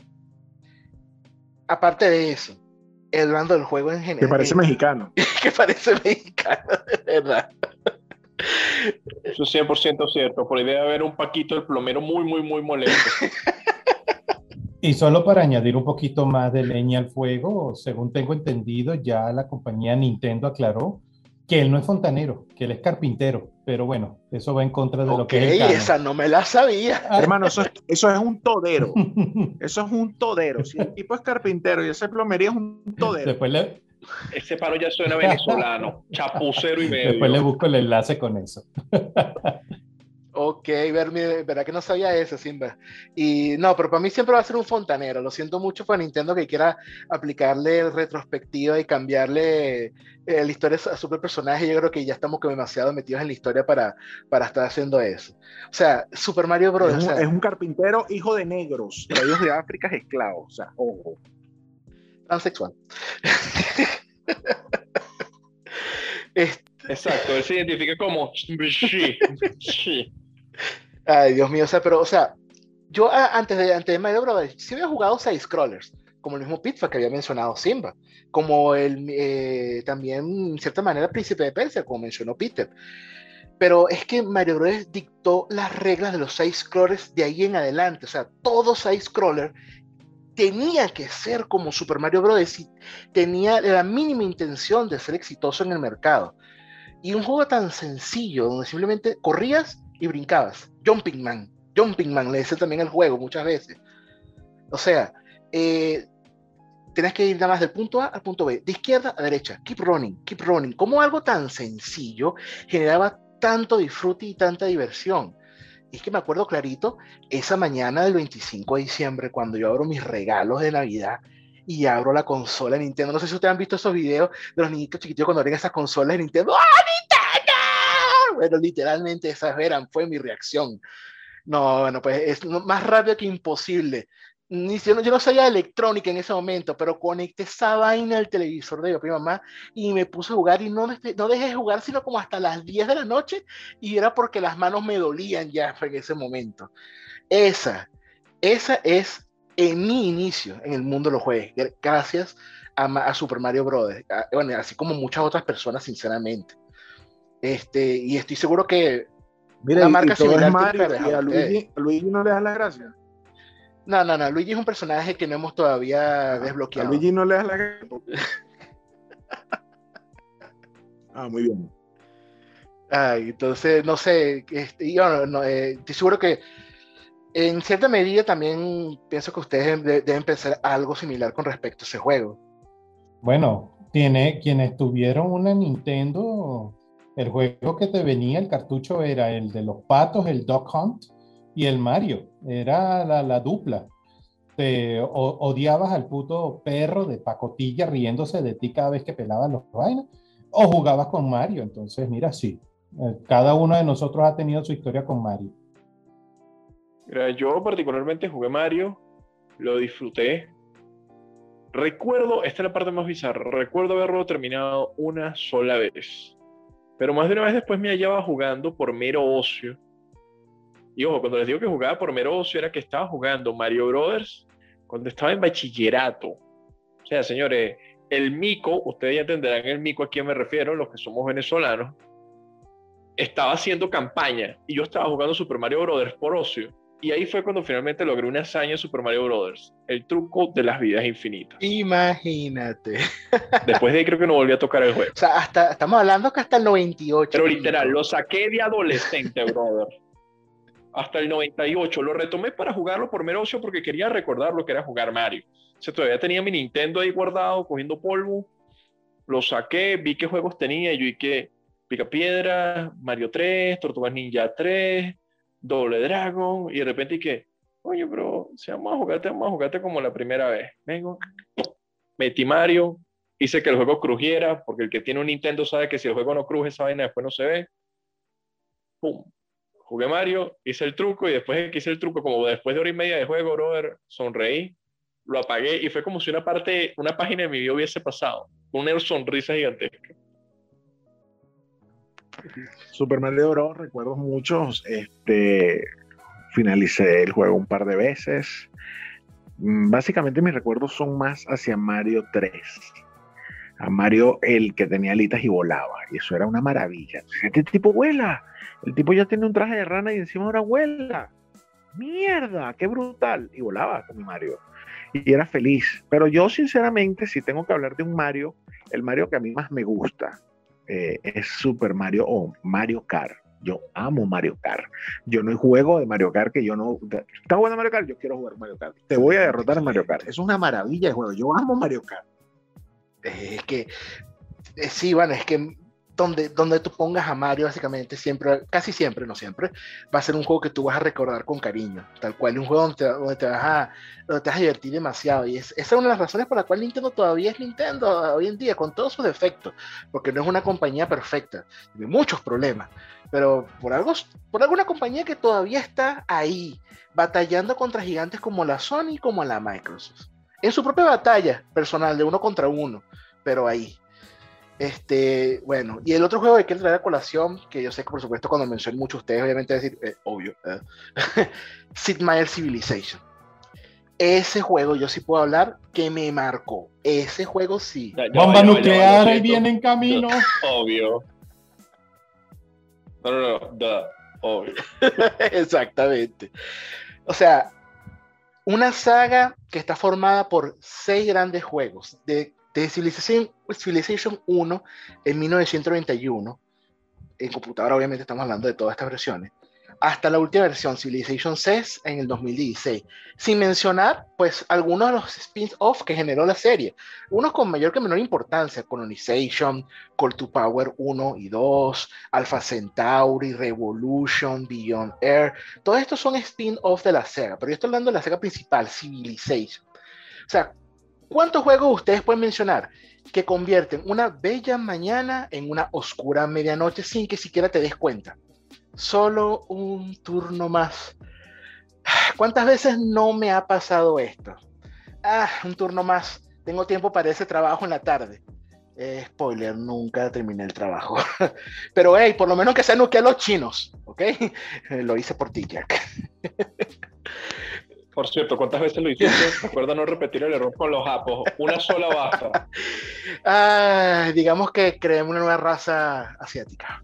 Aparte de eso, hablando del juego en general. Que parece mexicano. Que parece mexicano, de verdad. Eso es cien por ciento cierto. Por ahí debe haber un Paquito el plomero muy, muy, muy molesto. Y solo para añadir un poquito más de leña al fuego, según tengo entendido, ya la compañía Nintendo aclaró que él no es fontanero, que él es carpintero. Pero bueno, eso va en contra de okay, lo que es el canon. Esa no me la sabía. Hermano, eso es, eso es un todero. Eso es un todero. Si el tipo es carpintero y ese plomería es un todero. Después le... Ese paro ya suena venezolano, chapucero y medio. Después le busco el enlace con eso. Ok, ver, mire, verdad que no sabía eso, Simba. Y no, pero para mí siempre va a ser un fontanero. Lo siento mucho para Nintendo que quiera aplicarle retrospectiva y cambiarle eh, la historia a su propio personaje. Yo creo que ya estamos como demasiado metidos en la historia para, para estar haciendo eso. O sea, Super Mario Es Bros. un, O sea, es un carpintero hijo de negros, traídos de África esclavos. O sea, ojo. transexual. Este, Exacto, él se identifica como sí, sí. ay, Dios mío, o sea, pero, o sea, yo a- antes de, antes de Mario Bros. Sí había jugado side-scrollers, como el mismo Pitfall que había mencionado Simba, como el, eh, también, en cierta manera, Príncipe de Persia, como mencionó Peter. Pero es que Mario Bros. Dictó las reglas de los side-scrollers de ahí en adelante, o sea, todo side-scroller tenía que ser como Super Mario Bros. Y tenía la mínima intención de ser exitoso en el mercado. Y un juego tan sencillo, donde simplemente corrías y brincabas. Jumping Man. Jumping Man, le decía también el juego muchas veces. O sea, eh, tenés que ir nada más del punto A al punto B, de izquierda a derecha. Keep running, keep running. Como algo tan sencillo generaba tanto disfrute y tanta diversión. Y es que me acuerdo clarito, esa mañana del veinticinco de diciembre, cuando yo abro mis regalos de Navidad y abro la consola de Nintendo. No sé si ustedes han visto esos videos de los niñitos chiquititos cuando abren esas consolas de Nintendo. ¡Ah, Nintendo! Bueno, literalmente esa eran, fue mi reacción. No, bueno, pues es no- más rápido que imposible. Ni, si- yo, no, yo no sabía de electrónica en ese momento, pero conecté esa vaina al televisor de mi papá y mamá y me puse a jugar y no, dejé- no dejé de jugar sino como hasta las diez de la noche y era porque las manos me dolían ya en ese momento. Esa, esa es en mi inicio en el mundo de los juegos, gracias a, Ma- a Super Mario Bros. A- bueno, así como muchas otras personas, sinceramente. Este, y estoy seguro que Mira, una y, y marca todo es similar tiene que Mario, haber y dejado a a ustedes. Luigi, a Luigi no le das las gracias. No, no, no, Luigi es un personaje que no hemos todavía Ah, a desbloqueado. Luigi no le das las gracias. Ah, muy bien. Ay, entonces, no sé, este, yo no, no, eh, estoy seguro que en cierta medida también pienso que ustedes de- deben pensar algo similar con respecto a ese juego. Bueno, tiene, quienes tuvieron una Nintendo, el juego que te venía, el cartucho era el de los patos, el Duck Hunt y el Mario. Era la, la dupla. Te o- odiabas al puto perro de pacotilla riéndose de ti cada vez que pelaban los vainas, o jugabas con Mario. Entonces, mira, sí, eh, cada uno de nosotros ha tenido su historia con Mario. Mira, yo particularmente jugué Mario, lo disfruté. Recuerdo, esta es la parte más bizarra, recuerdo haberlo terminado una sola vez. Pero más de una vez después me hallaba jugando por mero ocio. Y ojo, cuando les digo que jugaba por mero ocio era que estaba jugando Mario Brothers cuando estaba en bachillerato. O sea, señores, el mico, ustedes ya entenderán el mico a quién me refiero, los que somos venezolanos, estaba haciendo campaña y yo estaba jugando Super Mario Brothers por ocio. Y ahí fue cuando finalmente logré una hazaña en Super Mario Brothers, el truco de las vidas infinitas. Imagínate. Después de ahí creo que no volví a tocar el juego. O sea, hasta, estamos hablando que hasta el noventa y ocho. Pero literal, lo saqué de adolescente, brother. Hasta el noventa y ocho. Lo retomé para jugarlo por mero ocio porque quería recordar lo que era jugar Mario. O sea, todavía tenía mi Nintendo ahí guardado, cogiendo polvo. Lo saqué, vi qué juegos tenía y yo vi que Picapiedra, Mario tres, Tortugas Ninja tres, Doble Dragon, y de repente y que, oye, bro, si vamos a jugarte, vamos a jugarte como la primera vez. Vengo, metí Mario, hice que el juego crujiera, porque el que tiene un Nintendo sabe que si el juego no cruje, esa vaina después no se ve. Pum. Jugué Mario, hice el truco, y después de que hice el truco, como después de hora y media de juego, brother, sonreí, lo apagué, y fue como si una parte, una página de mi vida hubiese pasado, una sonrisa gigantesca. Super Mario Bros. Recuerdo muchos. Este, finalicé el juego un par de veces. Básicamente mis recuerdos son más hacia Mario tres. A Mario, el que tenía alitas y volaba. Y eso era una maravilla. Este tipo vuela. El tipo ya tiene un traje de rana y encima ahora vuela. ¡Mierda! ¡Qué brutal! Y volaba con mi Mario. Y era feliz. Pero yo, sinceramente, si tengo que hablar de un Mario, el Mario que a mí más me gusta eh, es Super Mario o Mario Kart. Yo amo Mario Kart. Yo no juego de Mario Kart que yo no... ¿Estás jugando Mario Kart? Yo quiero jugar Mario Kart. Te voy a derrotar en Mario Kart. Es una maravilla de juego. Yo amo Mario Kart. Es que, eh, sí, bueno, es que donde, donde tú pongas a Mario, básicamente, siempre, casi siempre, no siempre, va a ser un juego que tú vas a recordar con cariño, tal cual, un juego donde te, donde te, vas, a, donde te vas a divertir demasiado, y es, esa es una de las razones por la cual Nintendo todavía es Nintendo hoy en día, con todos sus defectos, porque no es una compañía perfecta, tiene muchos problemas, pero por, algo, por alguna compañía que todavía está ahí, batallando contra gigantes como la Sony, como la Microsoft, en su propia batalla personal de uno contra uno, pero ahí. Este, bueno, y el otro juego que quiero traer a colación, que yo sé que por supuesto cuando mencionen mucho ustedes, obviamente decir, eh, obvio, eh, Sid Meier's Civilization. Ese juego yo sí puedo hablar que me marcó. Ese juego sí. Ya, ya Bomba va, nuclear ahí viene en camino. Obvio. No, no, no, duh, obvio. Exactamente. O sea, una saga que está formada por seis grandes juegos de de Civilization, Civilization uno en mil novecientos noventa y uno, en computadora obviamente estamos hablando de todas estas versiones, hasta la última versión, Civilization seis, en el dos mil dieciséis, sin mencionar pues algunos de los spin-off que generó la serie, unos con mayor que menor importancia, Colonization, Call to Power uno y dos, Alpha Centauri, Revolution, Beyond Air, todos estos son spin-off de la saga, pero yo estoy hablando de la saga principal, Civilization. O sea, ¿cuántos juegos ustedes pueden mencionar que convierten una bella mañana en una oscura medianoche sin que siquiera te des cuenta? Solo un turno más. ¿Cuántas veces no me ha pasado esto? Ah, un turno más. Tengo tiempo para ese trabajo en la tarde. Eh, spoiler, nunca terminé el trabajo. Pero hey, por lo menos que se nuque a los chinos, ¿ok? Lo hice por ti, Jack. Por cierto, ¿cuántas veces lo hiciste? Recuerda no repetir el error con los japos. Una sola basta. Ah, digamos que creemos una nueva raza asiática.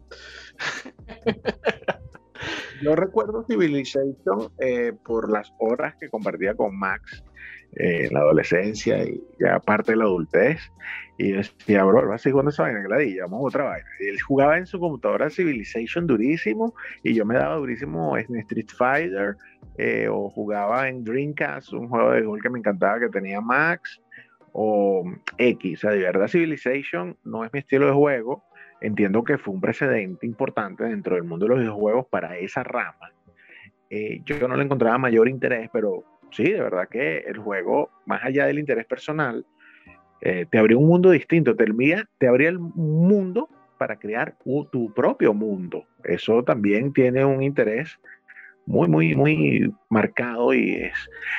Yo recuerdo Civilization eh, por las horas que compartía con Max eh, en la adolescencia y ya parte de la adultez. Y yo decía, bro, va a seguir jugando esa vaina, que ladilla, vamos a otra vaina. Y él jugaba en su computadora Civilization durísimo y yo me daba durísimo en Street Fighter. Eh, o jugaba en Dreamcast, un juego de gol que me encantaba que tenía Max, o X, o sea, de verdad Civilization no es mi estilo de juego, entiendo que fue un precedente importante dentro del mundo de los videojuegos para esa rama, eh, yo no le encontraba mayor interés, pero sí, de verdad que el juego, más allá del interés personal, eh, te abría un mundo distinto, te abría, te abría el mundo para crear uh, tu propio mundo, eso también tiene un interés muy, muy, muy marcado y es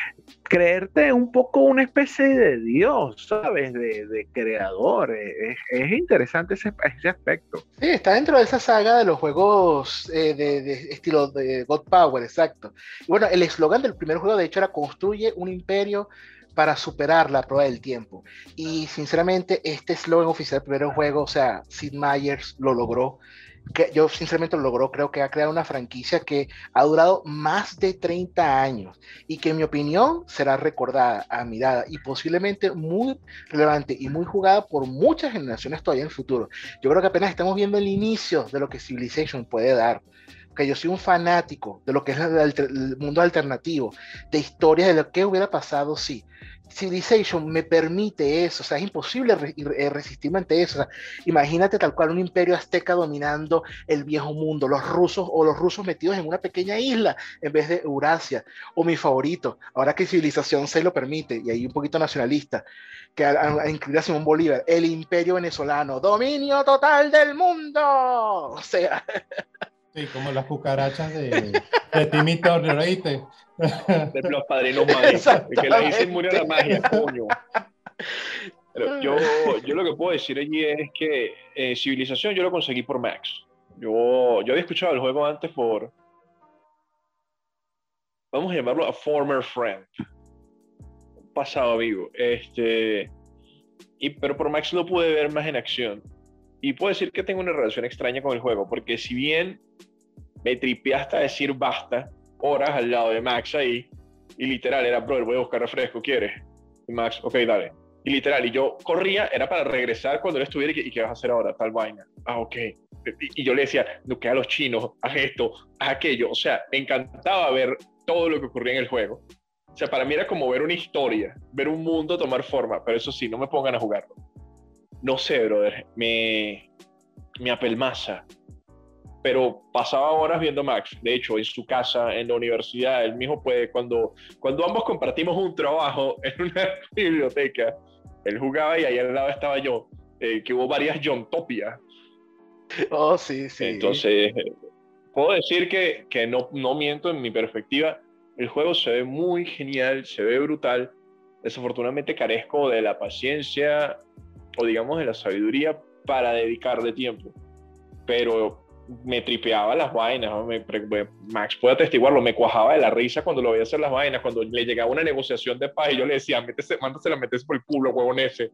creerte un poco una especie de Dios, ¿sabes? De, de creador. Es, es interesante ese, ese aspecto. Sí, está dentro de esa saga de los juegos eh, de, de estilo de God Power, exacto. Y bueno, el eslogan del primer juego, de hecho, era construye un imperio para superar la prueba del tiempo. Y sinceramente, este eslogan oficial del primer juego, o sea, Sid Meier's lo logró. Que yo sinceramente lo logró, creo que ha creado una franquicia que ha durado más de treinta años y que en mi opinión será recordada, admirada y posiblemente muy relevante y muy jugada por muchas generaciones todavía en el futuro. Yo creo que apenas estamos viendo el inicio de lo que Civilization puede dar. Que yo soy un fanático de lo que es el, alter, el mundo alternativo, de historias de lo que hubiera pasado si Civilization me permite eso, o sea, es imposible re, re, resistirme ante eso. O sea, imagínate tal cual un imperio azteca dominando el viejo mundo, los rusos o los rusos metidos en una pequeña isla en vez de Eurasia, o mi favorito, ahora que Civilización se lo permite, y ahí un poquito nacionalista, que a, a, a incluir a Simón Bolívar, el imperio venezolano, dominio total del mundo, o sea... Sí, como las cucarachas de, de Timmy Turner, ¿oíste? De los padrinos mágicos. Que le dicen murió la magia, coño. Pero yo, yo lo que puedo decir allí es que eh, Civilización yo lo conseguí por Max. Yo, yo había escuchado el juego antes por, vamos a llamarlo a former friend, un pasado amigo. Este, y, pero por Max lo pude ver más en acción. Y puedo decir que tengo una relación extraña con el juego, porque si bien me tripeé hasta decir basta, horas al lado de Max ahí, y literal era, brother, voy a buscar refresco, ¿quieres? Y Max, ok, dale. Y literal, y yo corría, era para regresar cuando él estuviera, y, ¿y qué vas a hacer ahora? Tal vaina. Ah, ok. Y, y yo le decía, no, que a los chinos, haz esto, haz aquello. O sea, me encantaba ver todo lo que ocurría en el juego. O sea, para mí era como ver una historia, ver un mundo tomar forma, pero eso sí, no me pongan a jugarlo. No sé, brother, me, me apelmaza. Pero pasaba horas viendo Max. De hecho, en su casa, en la universidad, él mismo puede, cuando, cuando ambos compartimos un trabajo en una biblioteca, él jugaba y ahí al lado estaba yo, eh, que hubo varias Jontopia. Oh, sí, sí. Entonces, eh, puedo decir que, que no, no miento en mi perspectiva. El juego se ve muy genial, se ve brutal. Desafortunadamente carezco de la paciencia o digamos de la sabiduría para dedicarle tiempo. Pero me tripeaba las vainas, ¿no? me, Max puede atestiguarlo, me cuajaba de la risa cuando lo veía hacer las vainas, cuando le llegaba una negociación de paz y yo le decía, métese, mándasela, métese por el culo, huevón ese.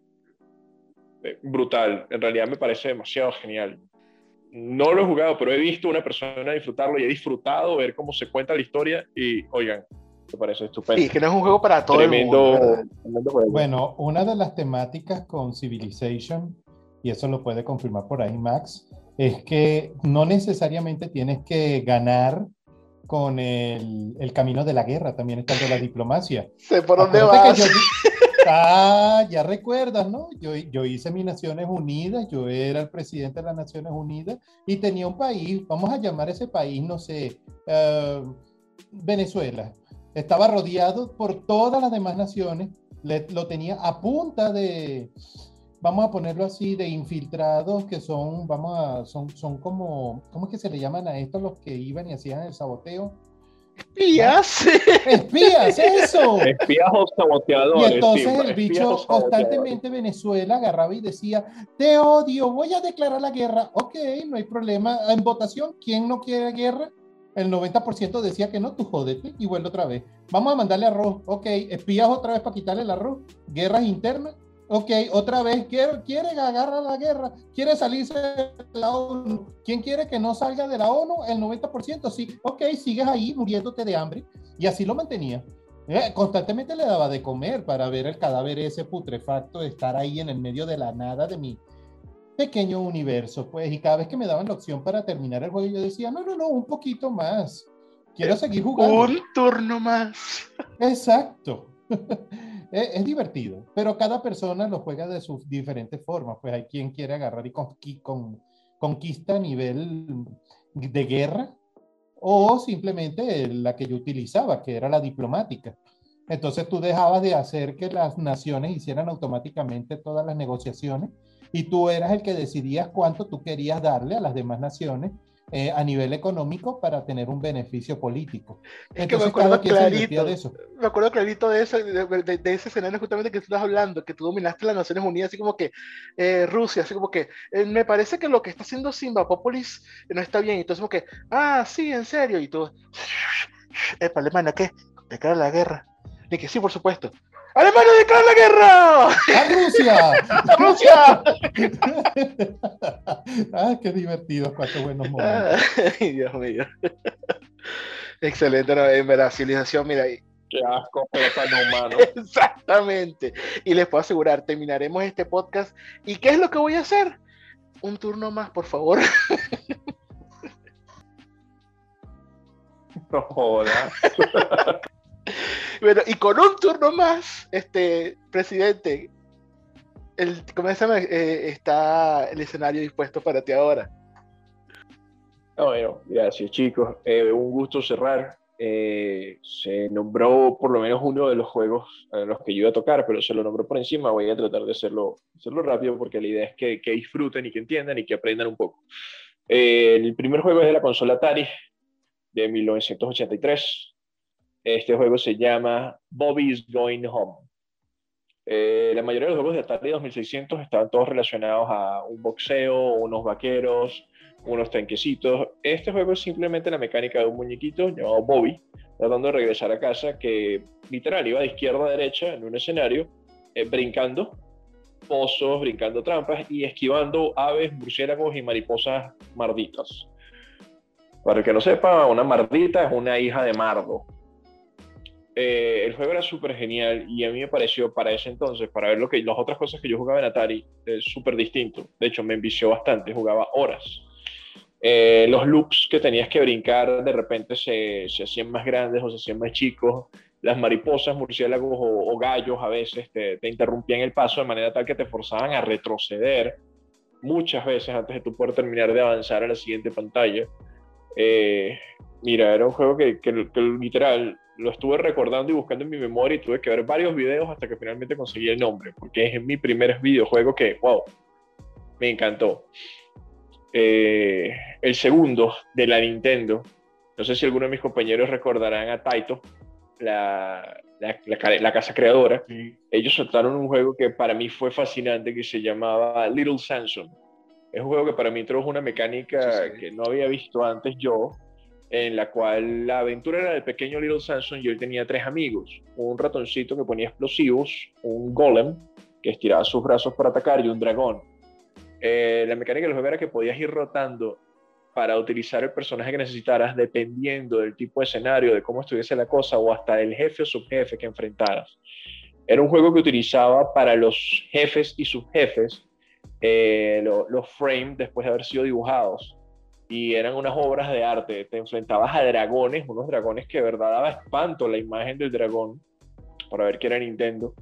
Eh, brutal, en realidad me parece demasiado genial. No lo he jugado, pero he visto a una persona disfrutarlo y he disfrutado ver cómo se cuenta la historia y, oigan, me parece estupendo. Sí, que no es un juego para todo tremendo, el mundo. Tremendo juego. Bueno, una de las temáticas con Civilization, y eso lo puede confirmar por ahí Max, es que no necesariamente tienes que ganar con el, el camino de la guerra, también está el de la diplomacia. Sé por dónde Acuérdate vas. que yo, ah, ya recuerdas, ¿no? Yo, yo hice mis Naciones Unidas, yo era el presidente de las Naciones Unidas y tenía un país, vamos a llamar ese país, no sé, uh, Venezuela. Estaba rodeado por todas las demás naciones, le, lo tenía a punta de... Vamos a ponerlo así, de infiltrados que son, vamos a, son, son como, ¿cómo es que se le llaman a estos los que iban y hacían el saboteo? Espías. ¡Espías, eso! Espías o saboteadores. Y entonces sí, el bicho constantemente Venezuela agarraba y decía, te odio, voy a declarar la guerra. Ok, no hay problema. En votación, ¿quién no quiere guerra? El noventa por ciento decía que no, tú jódete y vuelve otra vez. Vamos a mandarle arroz. Ok, espías otra vez para quitarle el arroz. Guerras internas. Ok, otra vez, quiere, quiere agarrar la guerra, quiere salirse de la ONU. ¿Quién quiere que no salga de la ONU? El noventa por ciento, sí. Ok, sigues ahí muriéndote de hambre. Y así lo mantenía. Eh, constantemente le daba de comer para ver el cadáver ese putrefacto, de estar ahí en el medio de la nada de mi pequeño universo. Pues, y cada vez que me daban la opción para terminar el juego, yo decía, no, no, no, un poquito más. Quiero seguir jugando. Un turno más. Exacto. Es, es divertido, pero cada persona lo juega de sus diferentes formas. Pues hay quien quiere agarrar y conqui con, conquista a nivel de guerra, o simplemente la que yo utilizaba, que era la diplomática. Entonces tú dejabas de hacer que las naciones hicieran automáticamente todas las negociaciones y tú eras el que decidías cuánto tú querías darle a las demás naciones eh, a nivel económico para tener un beneficio político. Es Entonces, que me acuerdo clarito de eso. me acuerdo clarito de eso, de, de, de ese escenario justamente que tú estás hablando, que tú dominaste las Naciones Unidas, así como que eh, Rusia, así como que eh, me parece que lo que está haciendo Simba Populis no está bien, y entonces como que, ah, sí, en serio, y tú, epa, Alemania, ¿qué? ¿Declara la guerra? Y que sí, por supuesto. ¡Alemania declara la guerra! ¡A Rusia! ¡A Rusia! ¡Ah, qué divertido! ¡Cuántos buenos momentos! Ay, Dios mío. Excelente, no, en verdad, civilización, mira. ¡Qué asco, pero tan humano! Exactamente. Y les puedo asegurar, terminaremos este podcast. ¿Y qué es lo que voy a hacer? Un turno más, por favor. No jodas. Bueno, y con un turno más, este, presidente, el, ¿cómo se llama? Eh, está el escenario dispuesto para ti ahora. No, bueno, gracias chicos. Eh, un gusto cerrar. Eh, se nombró por lo menos uno de los juegos a los que yo iba a tocar, pero se lo nombró por encima. Voy a tratar de hacerlo, hacerlo rápido porque la idea es que, que disfruten y que entiendan y que aprendan un poco. Eh, el primer juego es de la consola Atari de mil novecientos ochenta y tres. Este juego se llama Bobby's Going Home. Eh, la mayoría de los juegos de Atari dos mil seiscientos estaban todos relacionados a un boxeo, unos vaqueros, unos tanquecitos. Este juego es simplemente la mecánica de un muñequito llamado Bobby, tratando de regresar a casa, que literal iba de izquierda a derecha en un escenario, eh, brincando pozos, brincando trampas y esquivando aves, murciélagos y mariposas marditas. Para el que no sepa, una mardita es una hija de mardo. Eh, el juego era súper genial y a mí me pareció para ese entonces, para ver lo que, las otras cosas que yo jugaba en Atari, es eh, súper distinto. De hecho, me envició bastante, jugaba horas. Eh, los loops que tenías que brincar de repente se, se hacían más grandes o se hacían más chicos. Las mariposas, murciélagos o, o gallos a veces te, te interrumpían el paso de manera tal que te forzaban a retroceder. muchas veces antes de tú poder terminar de avanzar a la siguiente pantalla. Eh, mira, era un juego que, que, que literal lo estuve recordando y buscando en mi memoria y tuve que ver varios videos hasta que finalmente conseguí el nombre, porque es mi primer videojuego que, wow, me encantó. Eh, el segundo de la Nintendo, no sé si alguno de mis compañeros recordarán a Taito, la, la, la, la casa creadora. Sí. Ellos soltaron un juego que para mí fue fascinante que se llamaba Little Samson. Es un juego que para mí introdujo una mecánica sí, sí. que no había visto antes yo, en la cual la aventura era del pequeño Little Samson y él tenía tres amigos, un ratoncito que ponía explosivos, un golem que estiraba sus brazos para atacar y un dragón. Eh, la mecánica del juego era que podías ir rotando para utilizar el personaje que necesitaras dependiendo del tipo de escenario, de cómo estuviese la cosa o hasta el jefe o subjefe que enfrentaras. Era un juego que utilizaba para los jefes y subjefes eh, lo, los frames después de haber sido dibujados y eran unas obras de arte. Te enfrentabas a dragones, unos dragones que de verdad daba espanto la imagen del dragón, para ver que era Nintendo.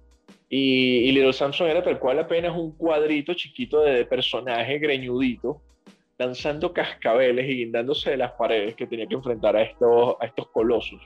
Y, y Little Samson era tal cual apenas un cuadrito chiquito de, de personaje greñudito, lanzando cascabeles y guindándose de las paredes que tenía que enfrentar a estos, a estos colosos.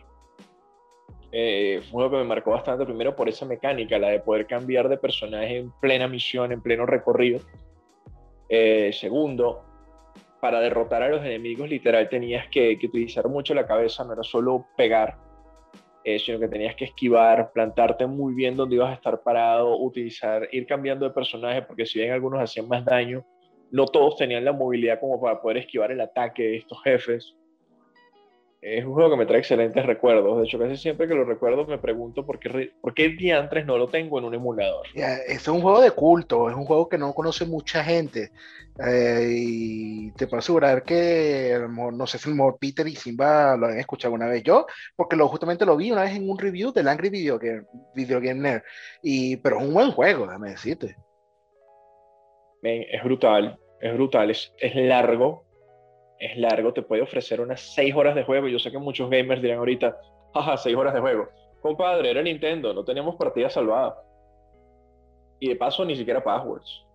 Eh, fue algo que me marcó bastante, primero por esa mecánica, la de poder cambiar de personaje en plena misión, en pleno recorrido. Eh, segundo, para derrotar a los enemigos literal tenías que, que utilizar mucho la cabeza, no era solo pegar, eh, sino que tenías que esquivar, plantarte muy bien donde ibas a estar parado, utilizar, ir cambiando de personaje, porque si bien algunos hacían más daño, no todos tenían la movilidad como para poder esquivar el ataque de estos jefes. Es un juego que me trae excelentes recuerdos. De hecho, casi siempre que lo recuerdo me pregunto por qué, por qué diantres no lo tengo en un emulador. Yeah, es un juego de culto, es un juego que no conoce mucha gente. Eh, y te puedo asegurar que, no sé si el mejor Peter y Simba lo han escuchado una vez. Yo, porque lo, justamente lo vi una vez en un review del Angry Video Game, Video Game Nerd. Y, pero es un buen juego, déjame decirte. Man, es brutal, es brutal, es, es largo. Es largo, te puede ofrecer unas seis horas de juego. Yo sé que muchos gamers dirán ahorita, jaja, seis horas de juego. Compadre, era Nintendo, no teníamos partidas salvadas. Y de paso, ni siquiera passwords.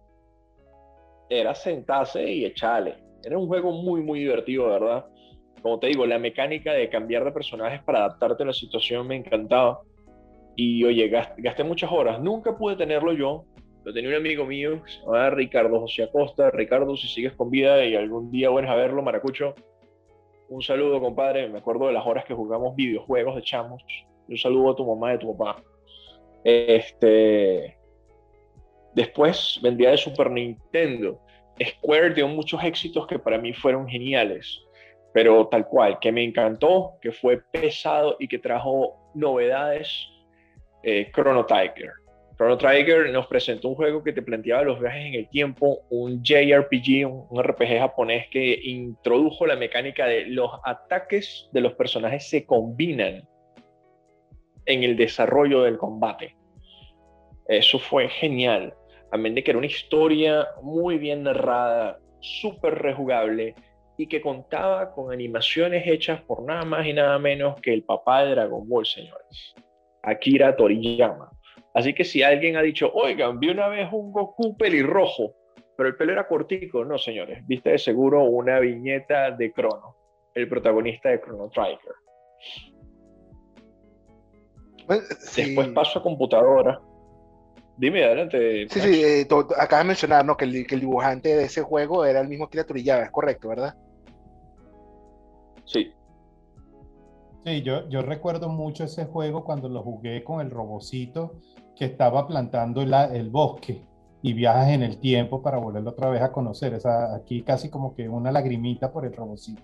Era sentarse y echarle. Era un juego muy, muy divertido, ¿verdad? Como te digo, la mecánica de cambiar de personajes para adaptarte a la situación me encantaba. Y oye, gasté muchas horas. Nunca pude tenerlo yo. Lo tenía un amigo mío, se llama Ricardo José Acosta. Ricardo, si sigues con vida y algún día vuelves a verlo, maracucho, un saludo, compadre. Me acuerdo de las horas que jugamos videojuegos de chamos. Un saludo a tu mamá y a tu papá. Este... Después vendría de Super Nintendo. Square dio muchos éxitos que para mí fueron geniales, pero tal cual, que me encantó, que fue pesado y que trajo novedades, eh, Chrono Trigger. Chrono Trigger nos presentó un juego que te planteaba los viajes en el tiempo, un J R P G, un, un R P G japonés que introdujo la mecánica de los ataques de los personajes se combinan en el desarrollo del combate. Eso fue genial. Amén de que era una historia muy bien narrada, súper rejugable y que contaba con animaciones hechas por nada más y nada menos que el papá de Dragon Ball, señores, Akira Toriyama. Así que si alguien ha dicho, oigan, vi una vez un Goku pelirrojo, pero el pelo era cortico, no, señores, viste de seguro una viñeta de Chrono, el protagonista de Chrono Trigger. Pues, sí. Después paso a computadora. Dime, adelante. Sí, sí, eh, to, acabas de mencionar, ¿no? que, el, que el dibujante de ese juego era el mismo Akira Toriyama, es correcto, ¿verdad? Sí. Sí, yo, yo recuerdo mucho ese juego cuando lo jugué con el robocito que estaba plantando el, el bosque y viajas en el tiempo para volverlo otra vez a conocer. O sea, aquí casi como que una lagrimita por el robocito.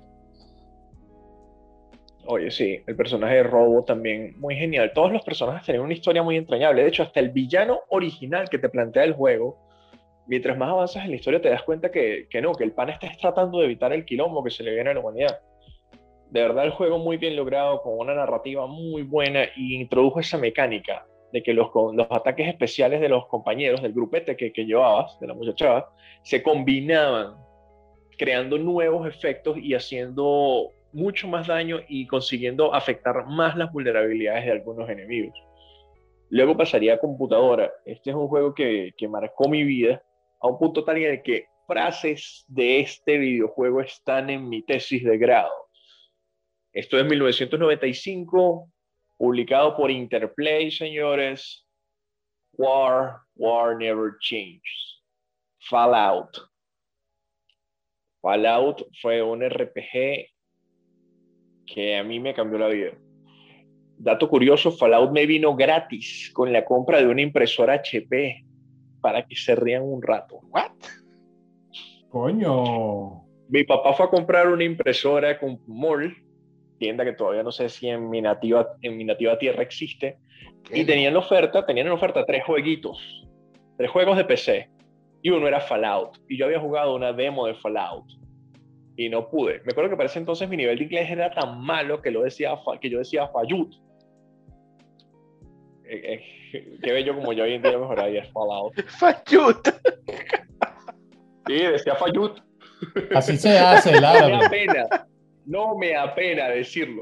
Oye, sí, el personaje de Robo también muy genial. Todos los personajes tenían una historia muy entrañable. De hecho, hasta el villano original que te plantea el juego, mientras más avanzas en la historia te das cuenta que, que no, que el pan está tratando de evitar el quilombo que se le viene a la humanidad. De verdad, el juego muy bien logrado, con una narrativa muy buena, y introdujo esa mecánica de que los, los ataques especiales de los compañeros, del grupete que, que llevabas, de la muchachada, se combinaban, creando nuevos efectos y haciendo mucho más daño y consiguiendo afectar más las vulnerabilidades de algunos enemigos. Luego pasaría a computadora. Este es un juego que, que marcó mi vida. a un punto tal en el que frases de este videojuego están en mi tesis de grado. Esto es mil novecientos noventa y cinco, publicado por Interplay, señores. War, War Never Changes. Fallout. Fallout fue un R P G que a mí me cambió la vida. Dato curioso, Fallout me vino gratis con la compra de una impresora H P, para que se rían un rato. ¿What? Coño. Mi papá fue a comprar una impresora con Mall, tienda que todavía no sé si en mi nativa, en mi nativa tierra existe, y tenían en oferta, tenían en oferta tres jueguitos, tres juegos de P C, y uno era Fallout, y yo había jugado una demo de Fallout, y no pude. Me acuerdo que para ese entonces mi nivel de inglés era tan malo que, lo decía, que yo decía Fallout. Eh, eh, qué bello como yo hoy en día mejoraría Fallout. Fallout. Sí, decía Fallout. Así se hace el árabe. No me apena, no me apena decirlo.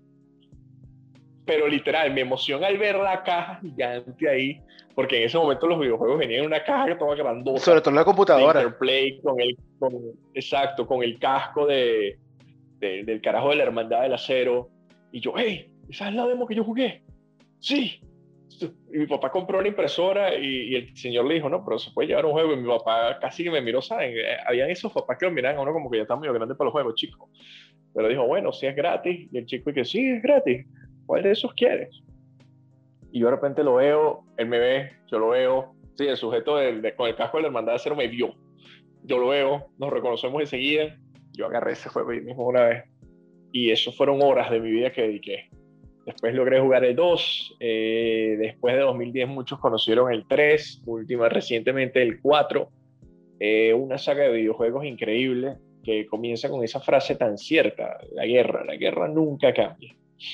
Pero literal, mi emoción al ver la caja gigante ahí, porque en ese momento los videojuegos venían en una caja que estaba grandota. Sobre todo en la computadora. Interplay con el, con, exacto, con el casco de, de, del carajo de la Hermandad del Acero. Y yo, hey, ¿esa es la demo que yo jugué? Sí. Y mi papá compró una impresora y, y el señor le dijo, no, pero se puede llevar un juego. Y mi papá casi que me miró, ¿saben? Habían esos papás que lo miran a uno como que ya está muy grande para los juegos, chicos. Pero dijo, bueno, si es gratis. Y el chico dice, sí, es gratis. ¿Cuál de esos quieres? Y yo de repente lo veo, él me ve, yo lo veo. Sí, el sujeto de, de, con el casco de la Hermandad de Acero me vio. Yo lo veo, nos reconocemos enseguida. Yo agarré ese juego ahí mismo una vez. Y eso fueron horas de mi vida que dediqué. Después logré jugar el dos, eh, después de dos mil diez muchos conocieron el tres, última, recientemente el cuatro, eh, una saga de videojuegos increíble que comienza con esa frase tan cierta, la guerra, la guerra nunca cambia.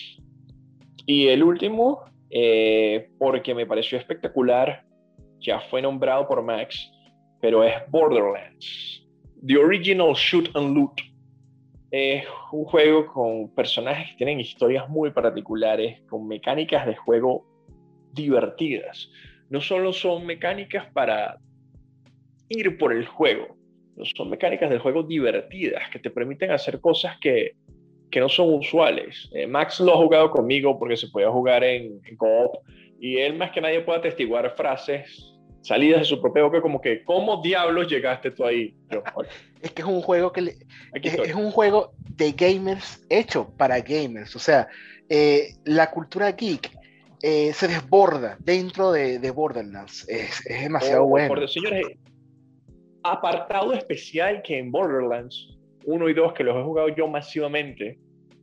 Y el último, eh, porque me pareció espectacular, ya fue nombrado por Max, pero es Borderlands, The Original Shoot and Loot. Es un juego con personajes que tienen historias muy particulares, con mecánicas de juego divertidas. No solo son mecánicas para ir por el juego, no son mecánicas del juego divertidas, que te permiten hacer cosas que, que no son usuales. Eh, Max lo ha jugado conmigo porque se podía jugar en, en co-op, y él más que nadie puede atestiguar frases salidas de su propia boca, como que, ¿cómo diablos llegaste tú ahí? Yo, okay. Es que es un juego que le, es, es un juego de gamers hecho para gamers. O sea, eh, la cultura geek eh, se desborda dentro de, de Borderlands. Es, es demasiado oh, bueno. Por, señores, apartado especial que en Borderlands uno y dos, que los he jugado yo masivamente,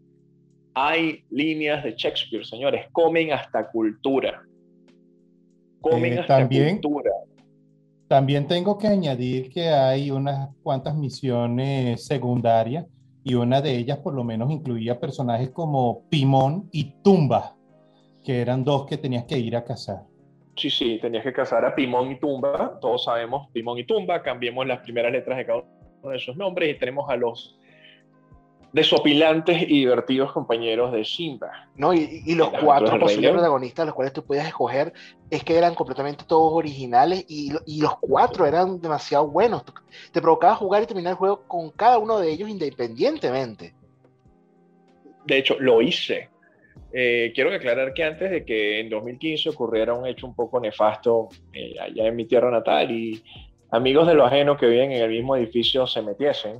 hay líneas de Shakespeare, señores, comen hasta cultura. Comen Eh, hasta también, cultura. También tengo que añadir que hay unas cuantas misiones secundarias y una de ellas por lo menos incluía personajes como Pimón y Tumba, que eran dos que tenías que ir a cazar. Sí, sí, tenías que cazar a Pimón y Tumba. Todos sabemos Pimón y Tumba. Cambiemos las primeras letras de cada uno de esos nombres y tenemos a los desopilantes y divertidos compañeros de Simba. No, y, y los cuatro posibles protagonistas, los cuales tú podías escoger, es que eran completamente todos originales y, y los cuatro eran demasiado buenos. Te provocaba jugar y terminar el juego con cada uno de ellos independientemente. De hecho, lo hice. Eh, quiero aclarar que antes de que en dos mil quince ocurriera un hecho un poco nefasto eh, allá en mi tierra natal y amigos de lo ajeno que viven en el mismo edificio se metiesen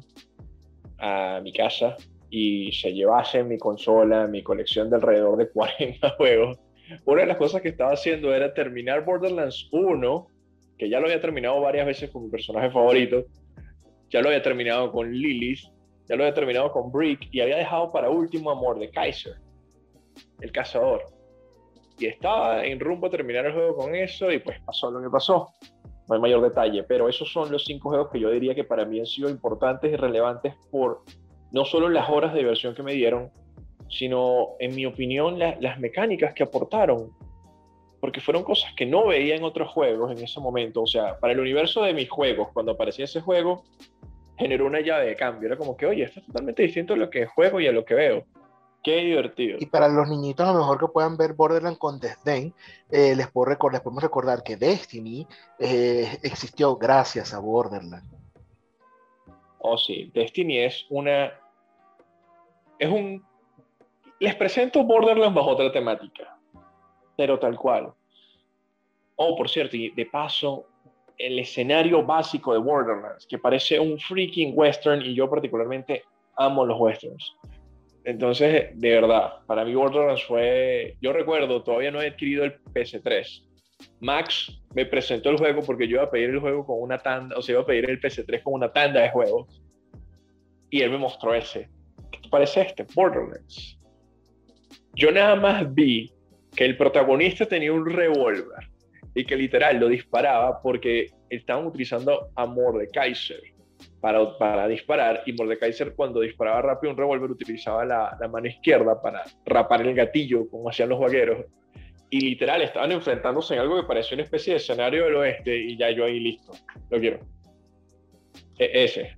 a mi casa y se llevasen mi consola, mi colección de alrededor de cuarenta juegos, una de las cosas que estaba haciendo era terminar Borderlands uno, que ya lo había terminado varias veces con mi personaje favorito, ya lo había terminado con Lilith, ya lo había terminado con Brick, y había dejado para último a Mordekaiser, el cazador. Y estaba en rumbo a terminar el juego con eso, y pues pasó lo que pasó. No hay mayor detalle, pero esos son los cinco juegos que yo diría que para mí han sido importantes y relevantes por no solo las horas de diversión que me dieron, sino, en mi opinión, la, las mecánicas que aportaron, porque fueron cosas que no veía en otros juegos en ese momento. O sea, para el universo de mis juegos, cuando aparecía ese juego, generó una llave de cambio. Era como que, oye, esto es totalmente distinto a lo que juego y a lo que veo. Qué divertido. Y para los niñitos, a lo mejor que puedan ver Borderlands con desdén, eh, les, puedo recordar, les podemos recordar que Destiny eh, existió gracias a Borderlands. Oh, sí, Destiny es una... Es un... Les presento Borderlands bajo otra temática, pero tal cual. Oh, por cierto, y de paso, el escenario básico de Borderlands, que parece un freaking western, y yo particularmente amo los westerns. Entonces, de verdad, para mí Borderlands fue... Yo recuerdo, todavía no he adquirido el P S tres. Max me presentó el juego porque yo iba a pedir el juego con una tanda, o sea, iba a pedir el P S tres con una tanda de juegos. Y él me mostró ese. ¿Qué te parece este? Borderlands. Yo nada más vi que el protagonista tenía un revólver y que literal lo disparaba porque estaban utilizando a Mordekaiser para, para disparar, y Mordekaiser, cuando disparaba rápido un revólver, utilizaba la, la mano izquierda para rapar el gatillo, como hacían los vaqueros. Y literal estaban enfrentándose en algo que parecía una especie de escenario del oeste, y ya yo ahí listo, lo quiero. E ese.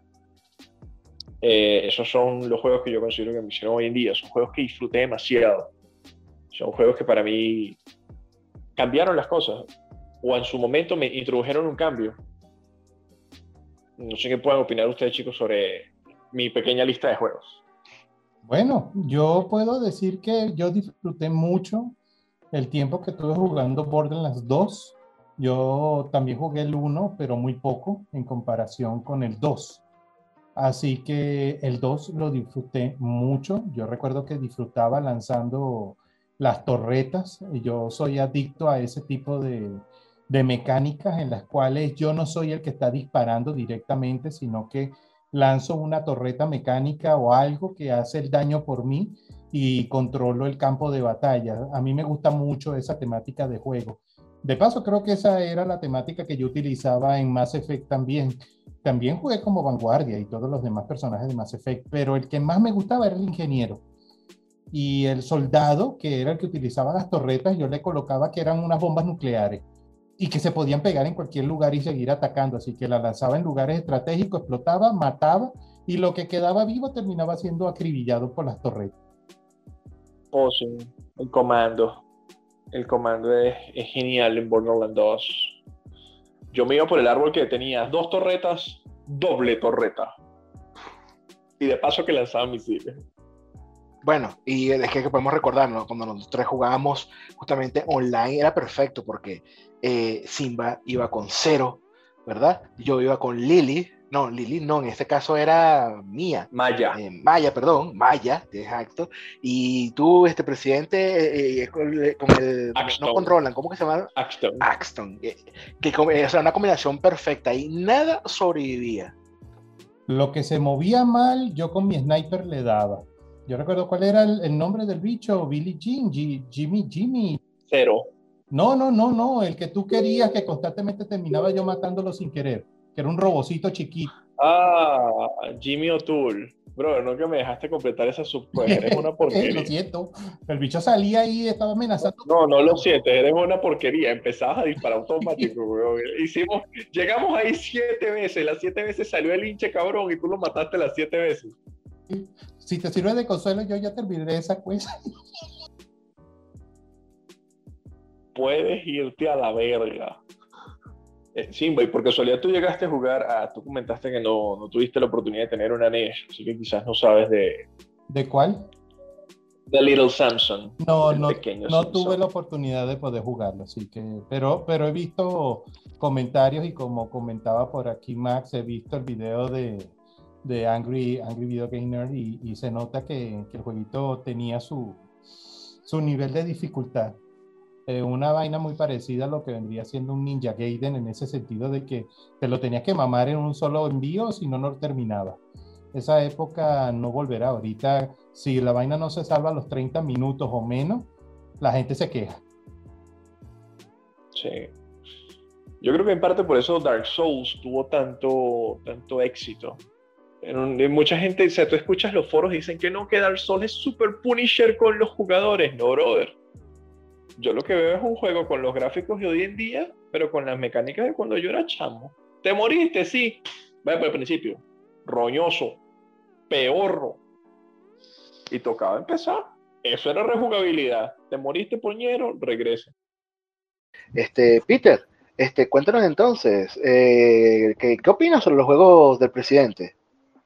Eh, esos son los juegos que yo considero que me hicieron hoy en día. Son juegos que disfruté demasiado. Son juegos que para mí cambiaron las cosas, o en su momento me introdujeron un cambio. No sé qué pueden opinar ustedes, chicos, sobre mi pequeña lista de juegos. Bueno, yo puedo decir que yo disfruté mucho el tiempo que estuve jugando Borderlands dos. Yo también jugué el uno, pero muy poco en comparación con el dos. Así que el dos lo disfruté mucho. Yo recuerdo que disfrutaba lanzando las torretas. Yo soy adicto a ese tipo de, de mecánicas en las cuales yo no soy el que está disparando directamente, sino que lanzo una torreta mecánica o algo que hace el daño por mí y controlo el campo de batalla. A mí me gusta mucho esa temática de juego. De paso, creo que esa era la temática que yo utilizaba en Mass Effect también. También jugué como Vanguardia y todos los demás personajes de Mass Effect, pero el que más me gustaba era el ingeniero. Y el soldado, que era el que utilizaba las torretas, yo le colocaba que eran unas bombas nucleares y que se podían pegar en cualquier lugar y seguir atacando. Así que la lanzaba en lugares estratégicos, explotaba, mataba, y lo que quedaba vivo terminaba siendo acribillado por las torretas. Oh, sí, el comando. El comando es, es genial en Borderlands dos. Yo me iba por el árbol que tenía dos torretas, doble torreta. Y de paso que lanzaba misiles. Bueno, y es que podemos recordarnos, cuando nosotros jugábamos justamente online era perfecto porque eh, Simba iba con Zero, ¿verdad? Yo iba con Lily, no, Lily no, en este caso era Mía. Maya. Eh, Maya, perdón, Maya, exacto. Y tú, este presidente, eh, con, con el... Axton. No controlan, ¿cómo que se llama? Axton. Axton. Eh, que, o sea, una combinación perfecta y nada sobrevivía. Lo que se movía mal, yo con mi sniper le daba. Yo recuerdo cuál era el, el nombre del bicho, Billy Jean, G, Jimmy, Jimmy. Cero. No, no, no, no, el que tú querías que constantemente terminaba yo matándolo sin querer, que era un robocito chiquito. Ah, Jimmy O'Toole. Bro, no que me dejaste completar esa subquest, eres una porquería. Lo siento, el bicho salía ahí y estaba amenazando. No, no lo sientes, eres una porquería. Empezabas a disparar automático, weón. Hicimos, llegamos ahí siete veces, las siete veces salió el hinche cabrón y tú lo mataste las siete veces. Si te sirve de consuelo, yo ya terminé esa quest. Puedes irte a la verga. Eh, Simba, y por casualidad tú llegaste a jugar a... Tú comentaste que no, no tuviste la oportunidad de tener una N E S, así que quizás no sabes de... ¿De cuál? The Little Samson. No, no, no no tuve la oportunidad de poder jugarlo, así que... Pero, pero he visto comentarios y como comentaba por aquí Max, he visto el video de, de Angry, Angry Video Gamer y, y se nota que, que el jueguito tenía su, su nivel de dificultad. Eh, una vaina muy parecida a lo que vendría siendo un Ninja Gaiden, en ese sentido de que te lo tenías que mamar en un solo envío, si no, no terminaba. Esa época no volverá. Ahorita, si la vaina no se salva a los treinta minutos o menos, la gente se queja. Sí. Yo creo que en parte por eso Dark Souls tuvo tanto, tanto éxito. En, mucha gente, o sea, tú escuchas los foros y dicen que no, que Dark Souls es super punisher con los jugadores. No, brother. Yo lo que veo es un juego con los gráficos de hoy en día, pero con las mecánicas de cuando yo era chamo. ¿Te moriste? Sí. Vaya por el principio. Roñoso. Peorro. y tocaba empezar. Eso era rejugabilidad. Te moriste, poñero, regresa. Este, Peter, este, cuéntanos entonces, eh, ¿qué, ¿qué opinas sobre los juegos del presidente?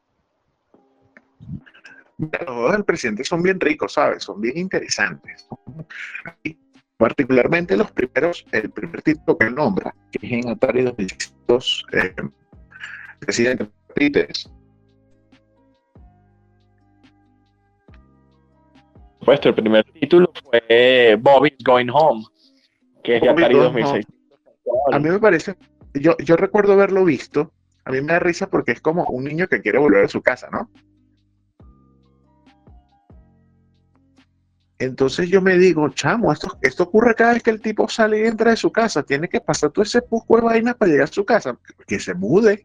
Los juegos del presidente son bien ricos, ¿sabes? Son bien interesantes. Y particularmente los primeros, el primer título que él nombra, que es en Atari dos mil dos, eh, Presidente Peter. Pues el primer título fue Bobby's Going Home, que es de Atari dos mil seis. A mí me parece, yo, yo recuerdo haberlo visto, a mí me da risa porque es como un niño que quiere volver a su casa, ¿no? Entonces yo me digo, chamo, esto, esto ocurre cada vez que el tipo sale y entra de su casa, tiene que pasar todo ese pusco de vainas para llegar a su casa, que se mude.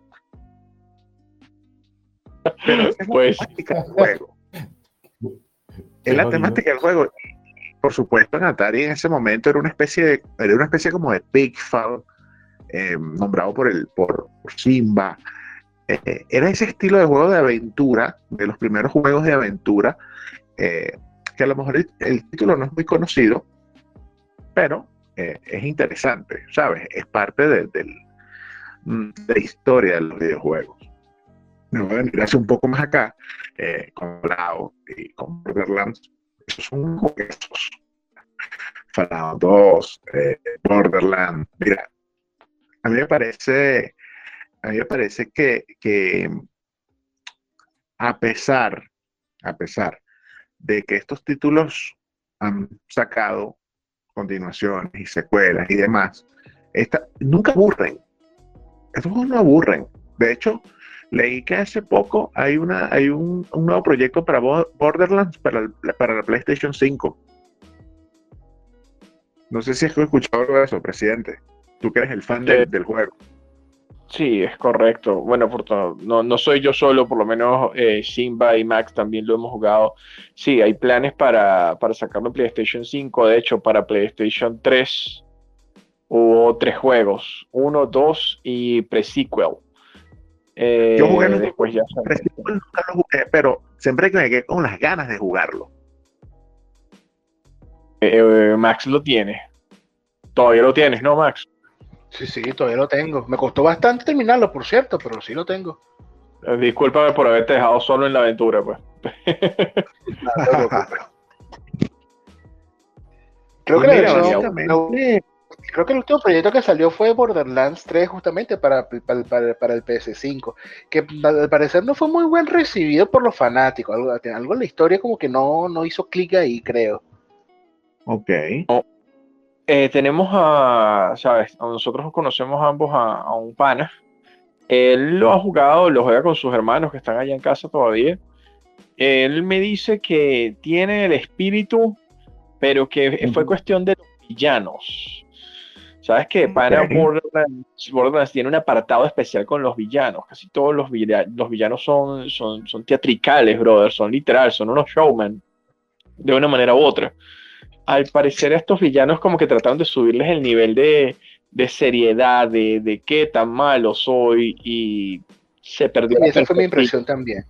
Pero esa es la Pues, temática del juego. Es la temática del juego. Por supuesto, en Atari en ese momento era una especie de, era una especie como de Pitfall, eh, nombrado por el, por, por Simba. Eh, era ese estilo de juego de aventura, de los primeros juegos de aventura, eh, que a lo mejor el, el título no es muy conocido, pero eh, es interesante, ¿sabes? Es parte de, de, de la historia de los videojuegos. Me voy a venir hace un poco más acá, eh, con Fallout y con Borderlands. Esos son juegos. Fallout dos, eh, Borderlands. Mira, a mí me parece, a mí me parece que, que a pesar, a pesar de que estos títulos han sacado continuaciones y secuelas y demás, esta, nunca aburren. Estos juegos no aburren. De hecho, leí que hace poco hay, una, hay un, un nuevo proyecto para Borderlands para, el, para la PlayStation cinco. No sé si has escuchado algo de eso, presidente. Tú que eres el fan del, del juego. Sí, es correcto. Bueno, por todo, no, no soy yo solo, por lo menos eh, Simba y Max también lo hemos jugado. Sí, hay planes para, para sacarlo en PlayStation cinco. De hecho, para PlayStation tres hubo tres juegos. Uno, dos y pre-sequel. Eh, yo jugué los después ya pre-sequel, nunca lo jugué, pero siempre que me quedé con las ganas de jugarlo. Eh, Max lo tiene. Todavía lo tienes, ¿no, Max? Sí, sí, todavía lo tengo. Me costó bastante terminarlo, por cierto, pero sí lo tengo. Eh, discúlpame por haberte dejado solo en la aventura, pues. No, creo, que la Mira, versión, no, creo que el último proyecto que salió fue Borderlands tres, justamente para, para, para, para el P S cinco, que al parecer no fue muy buen recibido por los fanáticos. Algo, algo en la historia como que no, no hizo clic ahí, creo. Ok. No. Eh, tenemos a, ¿sabes? Nosotros conocemos ambos a, a un pana. Él lo ha jugado, lo juega con sus hermanos que están allá en casa todavía. Él me dice que tiene el espíritu, pero que uh-huh. fue cuestión de los villanos. ¿Sabes qué? Para okay. Borderlands, Borderlands tiene un apartado especial con los villanos. Casi todos los, villa, los villanos son, son, son teatricales, brother. Son literal, son unos showmen. De una manera u otra. Al parecer a estos villanos como que trataron de subirles el nivel de, de seriedad, de, de qué tan malo soy, y se perdió. Sí, esa fue mi impresión también.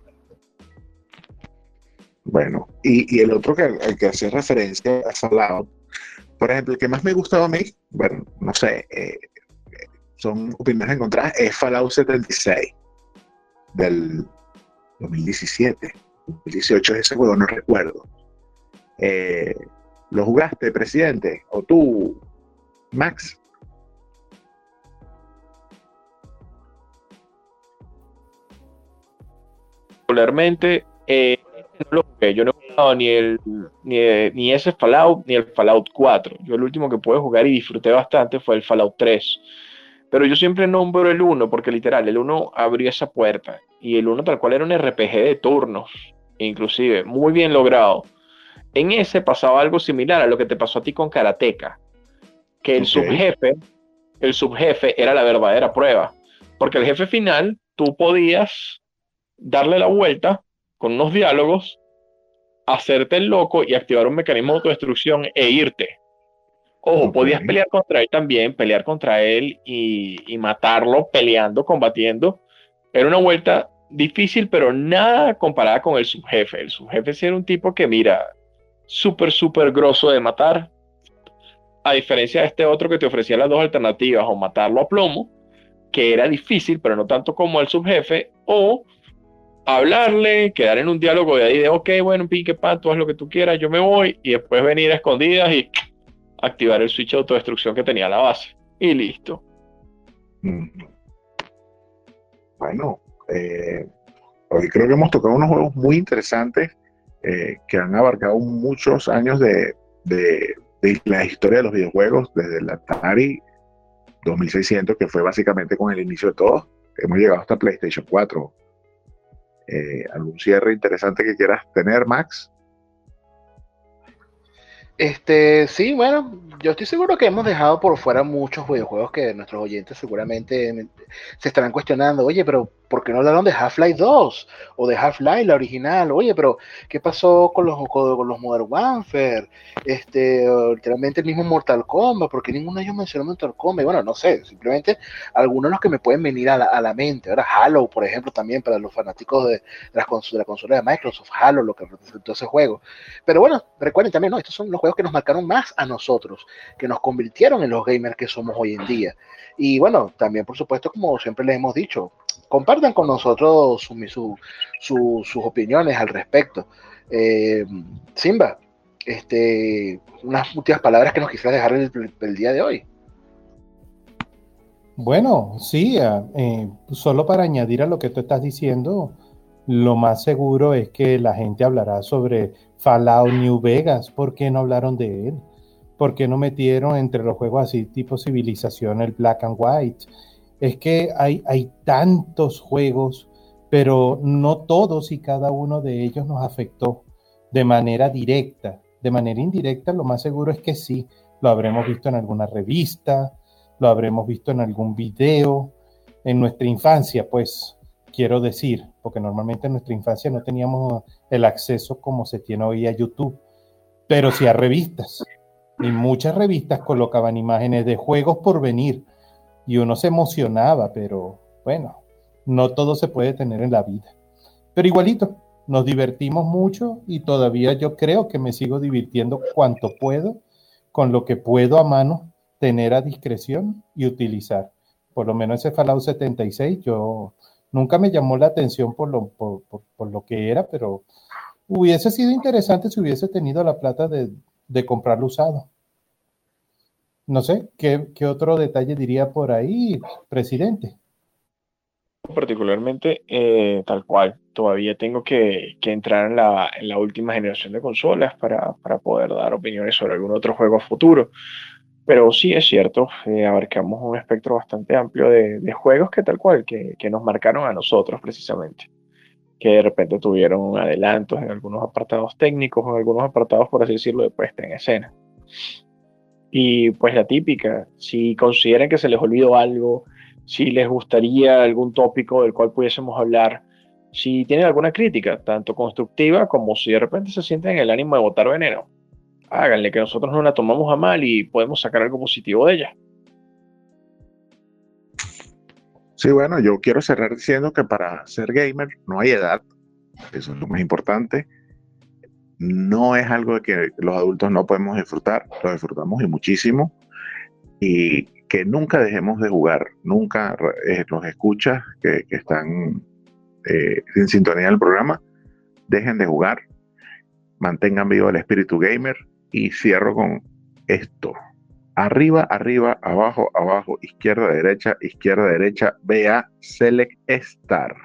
Bueno, y, y el otro que, al que hacía referencia a Fallout, por ejemplo, el que más me gustaba a mí, bueno, no sé, eh, son opiniones encontradas, es Fallout setenta y seis, del dos mil diecisiete, dos mil dieciocho es ese juego, no recuerdo. Eh, ¿Lo jugaste, presidente? ¿O tú, Max? Particularmente, eh, no lo jugué. Yo no he jugado ni, el, ni, ni ese Fallout ni el Fallout cuatro. Yo el último que pude jugar y disfruté bastante fue el Fallout tres. Pero yo siempre nombro el uno porque literal, el uno abrió esa puerta. Y el uno tal cual era un R P G de turnos, inclusive, muy bien logrado. En ese pasaba algo similar a lo que te pasó a ti con Karateka, que el okay. subjefe, el subjefe era la verdadera prueba, porque el jefe final tú podías darle la vuelta con unos diálogos, hacerte el loco y activar un mecanismo de autodestrucción e irte. Ojo, okay. podías pelear contra él también, pelear contra él y, y matarlo, peleando, combatiendo. Era una vuelta difícil, pero nada comparada con el subjefe. El subjefe sí era un tipo que, mira, súper, súper grosso de matar, a diferencia de este otro que te ofrecía las dos alternativas, o matarlo a plomo, que era difícil, pero no tanto como el subjefe, o hablarle, quedar en un diálogo de ahí de, ok, bueno, pique, pan, tú haz lo que tú quieras, yo me voy, y después venir a escondidas y activar el switch de autodestrucción que tenía la base. Y listo. Mm. Bueno, eh, hoy creo que hemos tocado unos juegos muy interesantes eh, que han abarcado muchos años de, de, de la historia de los videojuegos, desde el Atari dos mil seiscientos, que fue básicamente con el inicio de todo. Hemos llegado hasta PlayStation cuatro. Eh, ¿algún cierre interesante que quieras tener, Max? Este, sí, bueno, yo estoy seguro que hemos dejado por fuera muchos videojuegos que nuestros oyentes seguramente se estarán cuestionando. Oye, pero ¿por qué no hablaron de Half-Life dos? O de Half-Life, la original. Oye, pero ¿qué pasó con los, con, con los Modern Warfare? Este, literalmente el mismo Mortal Kombat. ¿Por qué ninguno de ellos mencionó Mortal Kombat? Bueno, no sé, simplemente algunos de los que me pueden venir a la, a la mente. Ahora Halo, por ejemplo, también para los fanáticos de, de, las cons de la consola de Microsoft, Halo, lo que representó ese juego. Pero bueno, recuerden también, ¿no? Estos son los juegos que nos marcaron más a nosotros, que nos convirtieron en los gamers que somos hoy en día. Y bueno, también por supuesto, como siempre les hemos dicho, compartan con nosotros su, su, su, sus opiniones al respecto. Eh, Simba, este, unas últimas palabras que nos quisieras dejar el, el, el día de hoy. Bueno, sí, eh, solo para añadir a lo que tú estás diciendo, lo más seguro es que la gente hablará sobre Fallout New Vegas. ¿Por qué no hablaron de él? ¿Por qué no metieron entre los juegos así tipo Civilización el Black and White? Es que hay, hay tantos juegos, pero no todos y cada uno de ellos nos afectó de manera directa. De manera indirecta, lo más seguro es que sí, lo habremos visto en alguna revista, lo habremos visto en algún video, en nuestra infancia, pues, quiero decir, porque normalmente en nuestra infancia no teníamos el acceso como se tiene hoy a YouTube, pero sí a revistas. Y muchas revistas colocaban imágenes de juegos por venir y uno se emocionaba, pero bueno, no todo se puede tener en la vida. Pero igualito, nos divertimos mucho y todavía yo creo que me sigo divirtiendo cuanto puedo con lo que puedo a mano tener a discreción y utilizar. Por lo menos ese Fallout setenta y seis, yo nunca me llamó la atención por lo, por, por, por lo que era, pero hubiese sido interesante si hubiese tenido la plata de, de comprarlo usado. No sé, ¿qué, qué otro detalle diría por ahí, presidente? Particularmente, eh, tal cual, todavía tengo que, que entrar en la, en la última generación de consolas para, para poder dar opiniones sobre algún otro juego futuro. Pero sí es cierto, eh, abarcamos un espectro bastante amplio de, de juegos que tal cual, que, que nos marcaron a nosotros precisamente, que de repente tuvieron adelantos en algunos apartados técnicos, en algunos apartados, por así decirlo, de puesta en escena. Y pues la típica, si consideran que se les olvidó algo, si les gustaría algún tópico del cual pudiésemos hablar, si tienen alguna crítica, tanto constructiva como si de repente se sienten en el ánimo de botar veneno, háganle, que nosotros no la tomamos a mal y podemos sacar algo positivo de ella. Sí, bueno, yo quiero cerrar diciendo que para ser gamer no hay edad, eso es lo más importante. No es algo de que los adultos no podemos disfrutar, lo disfrutamos y muchísimo, y que nunca dejemos de jugar, nunca eh, los escuchas que, que están eh, en sintonía del programa, dejen de jugar, mantengan vivo el espíritu gamer. Y cierro con esto: arriba, arriba, abajo, abajo, izquierda, derecha, izquierda, derecha, B A Select Star.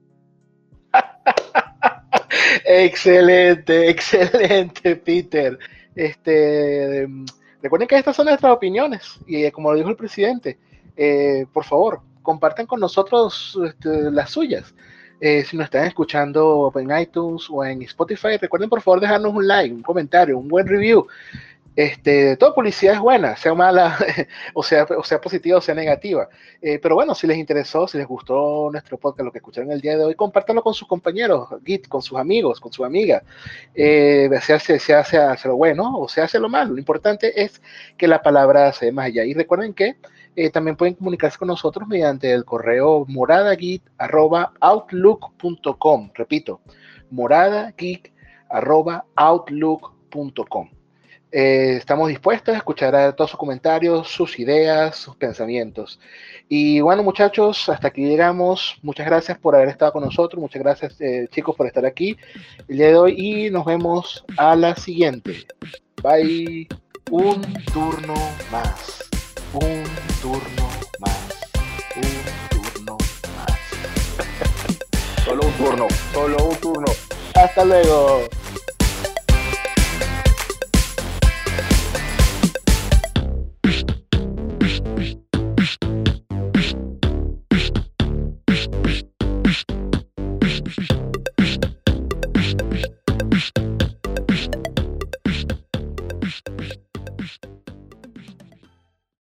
Excelente, excelente, Peter. Este, recuerden que estas son nuestras opiniones y como lo dijo el presidente, eh, por favor, compartan con nosotros este, las suyas. Eh, si nos están escuchando en iTunes o en Spotify, recuerden por favor dejarnos un like, un comentario, un buen review. Este, toda publicidad es buena, sea mala, o sea, o sea positiva o sea negativa. Eh, pero bueno, si les interesó, si les gustó nuestro podcast, lo que escucharon el día de hoy, compártanlo con sus compañeros, Git, con sus amigos, con sus amigas. Eh, se hace, se hace lo bueno o se hace lo malo. Lo importante es que la palabra se dé más allá. Y recuerden que Eh, también pueden comunicarse con nosotros mediante el correo moradageek arroba outlook punto com. Repito, moradageek arroba outlook punto com. Eh, estamos dispuestos a escuchar a todos sus comentarios, sus ideas, sus pensamientos. Y bueno, muchachos, hasta aquí llegamos. Muchas gracias por haber estado con nosotros. Muchas gracias, eh, chicos, por estar aquí el día de hoy. Y nos vemos a la siguiente. Bye. Un turno más. Un turno más. Un turno más. Solo un turno. Solo un turno. Hasta luego.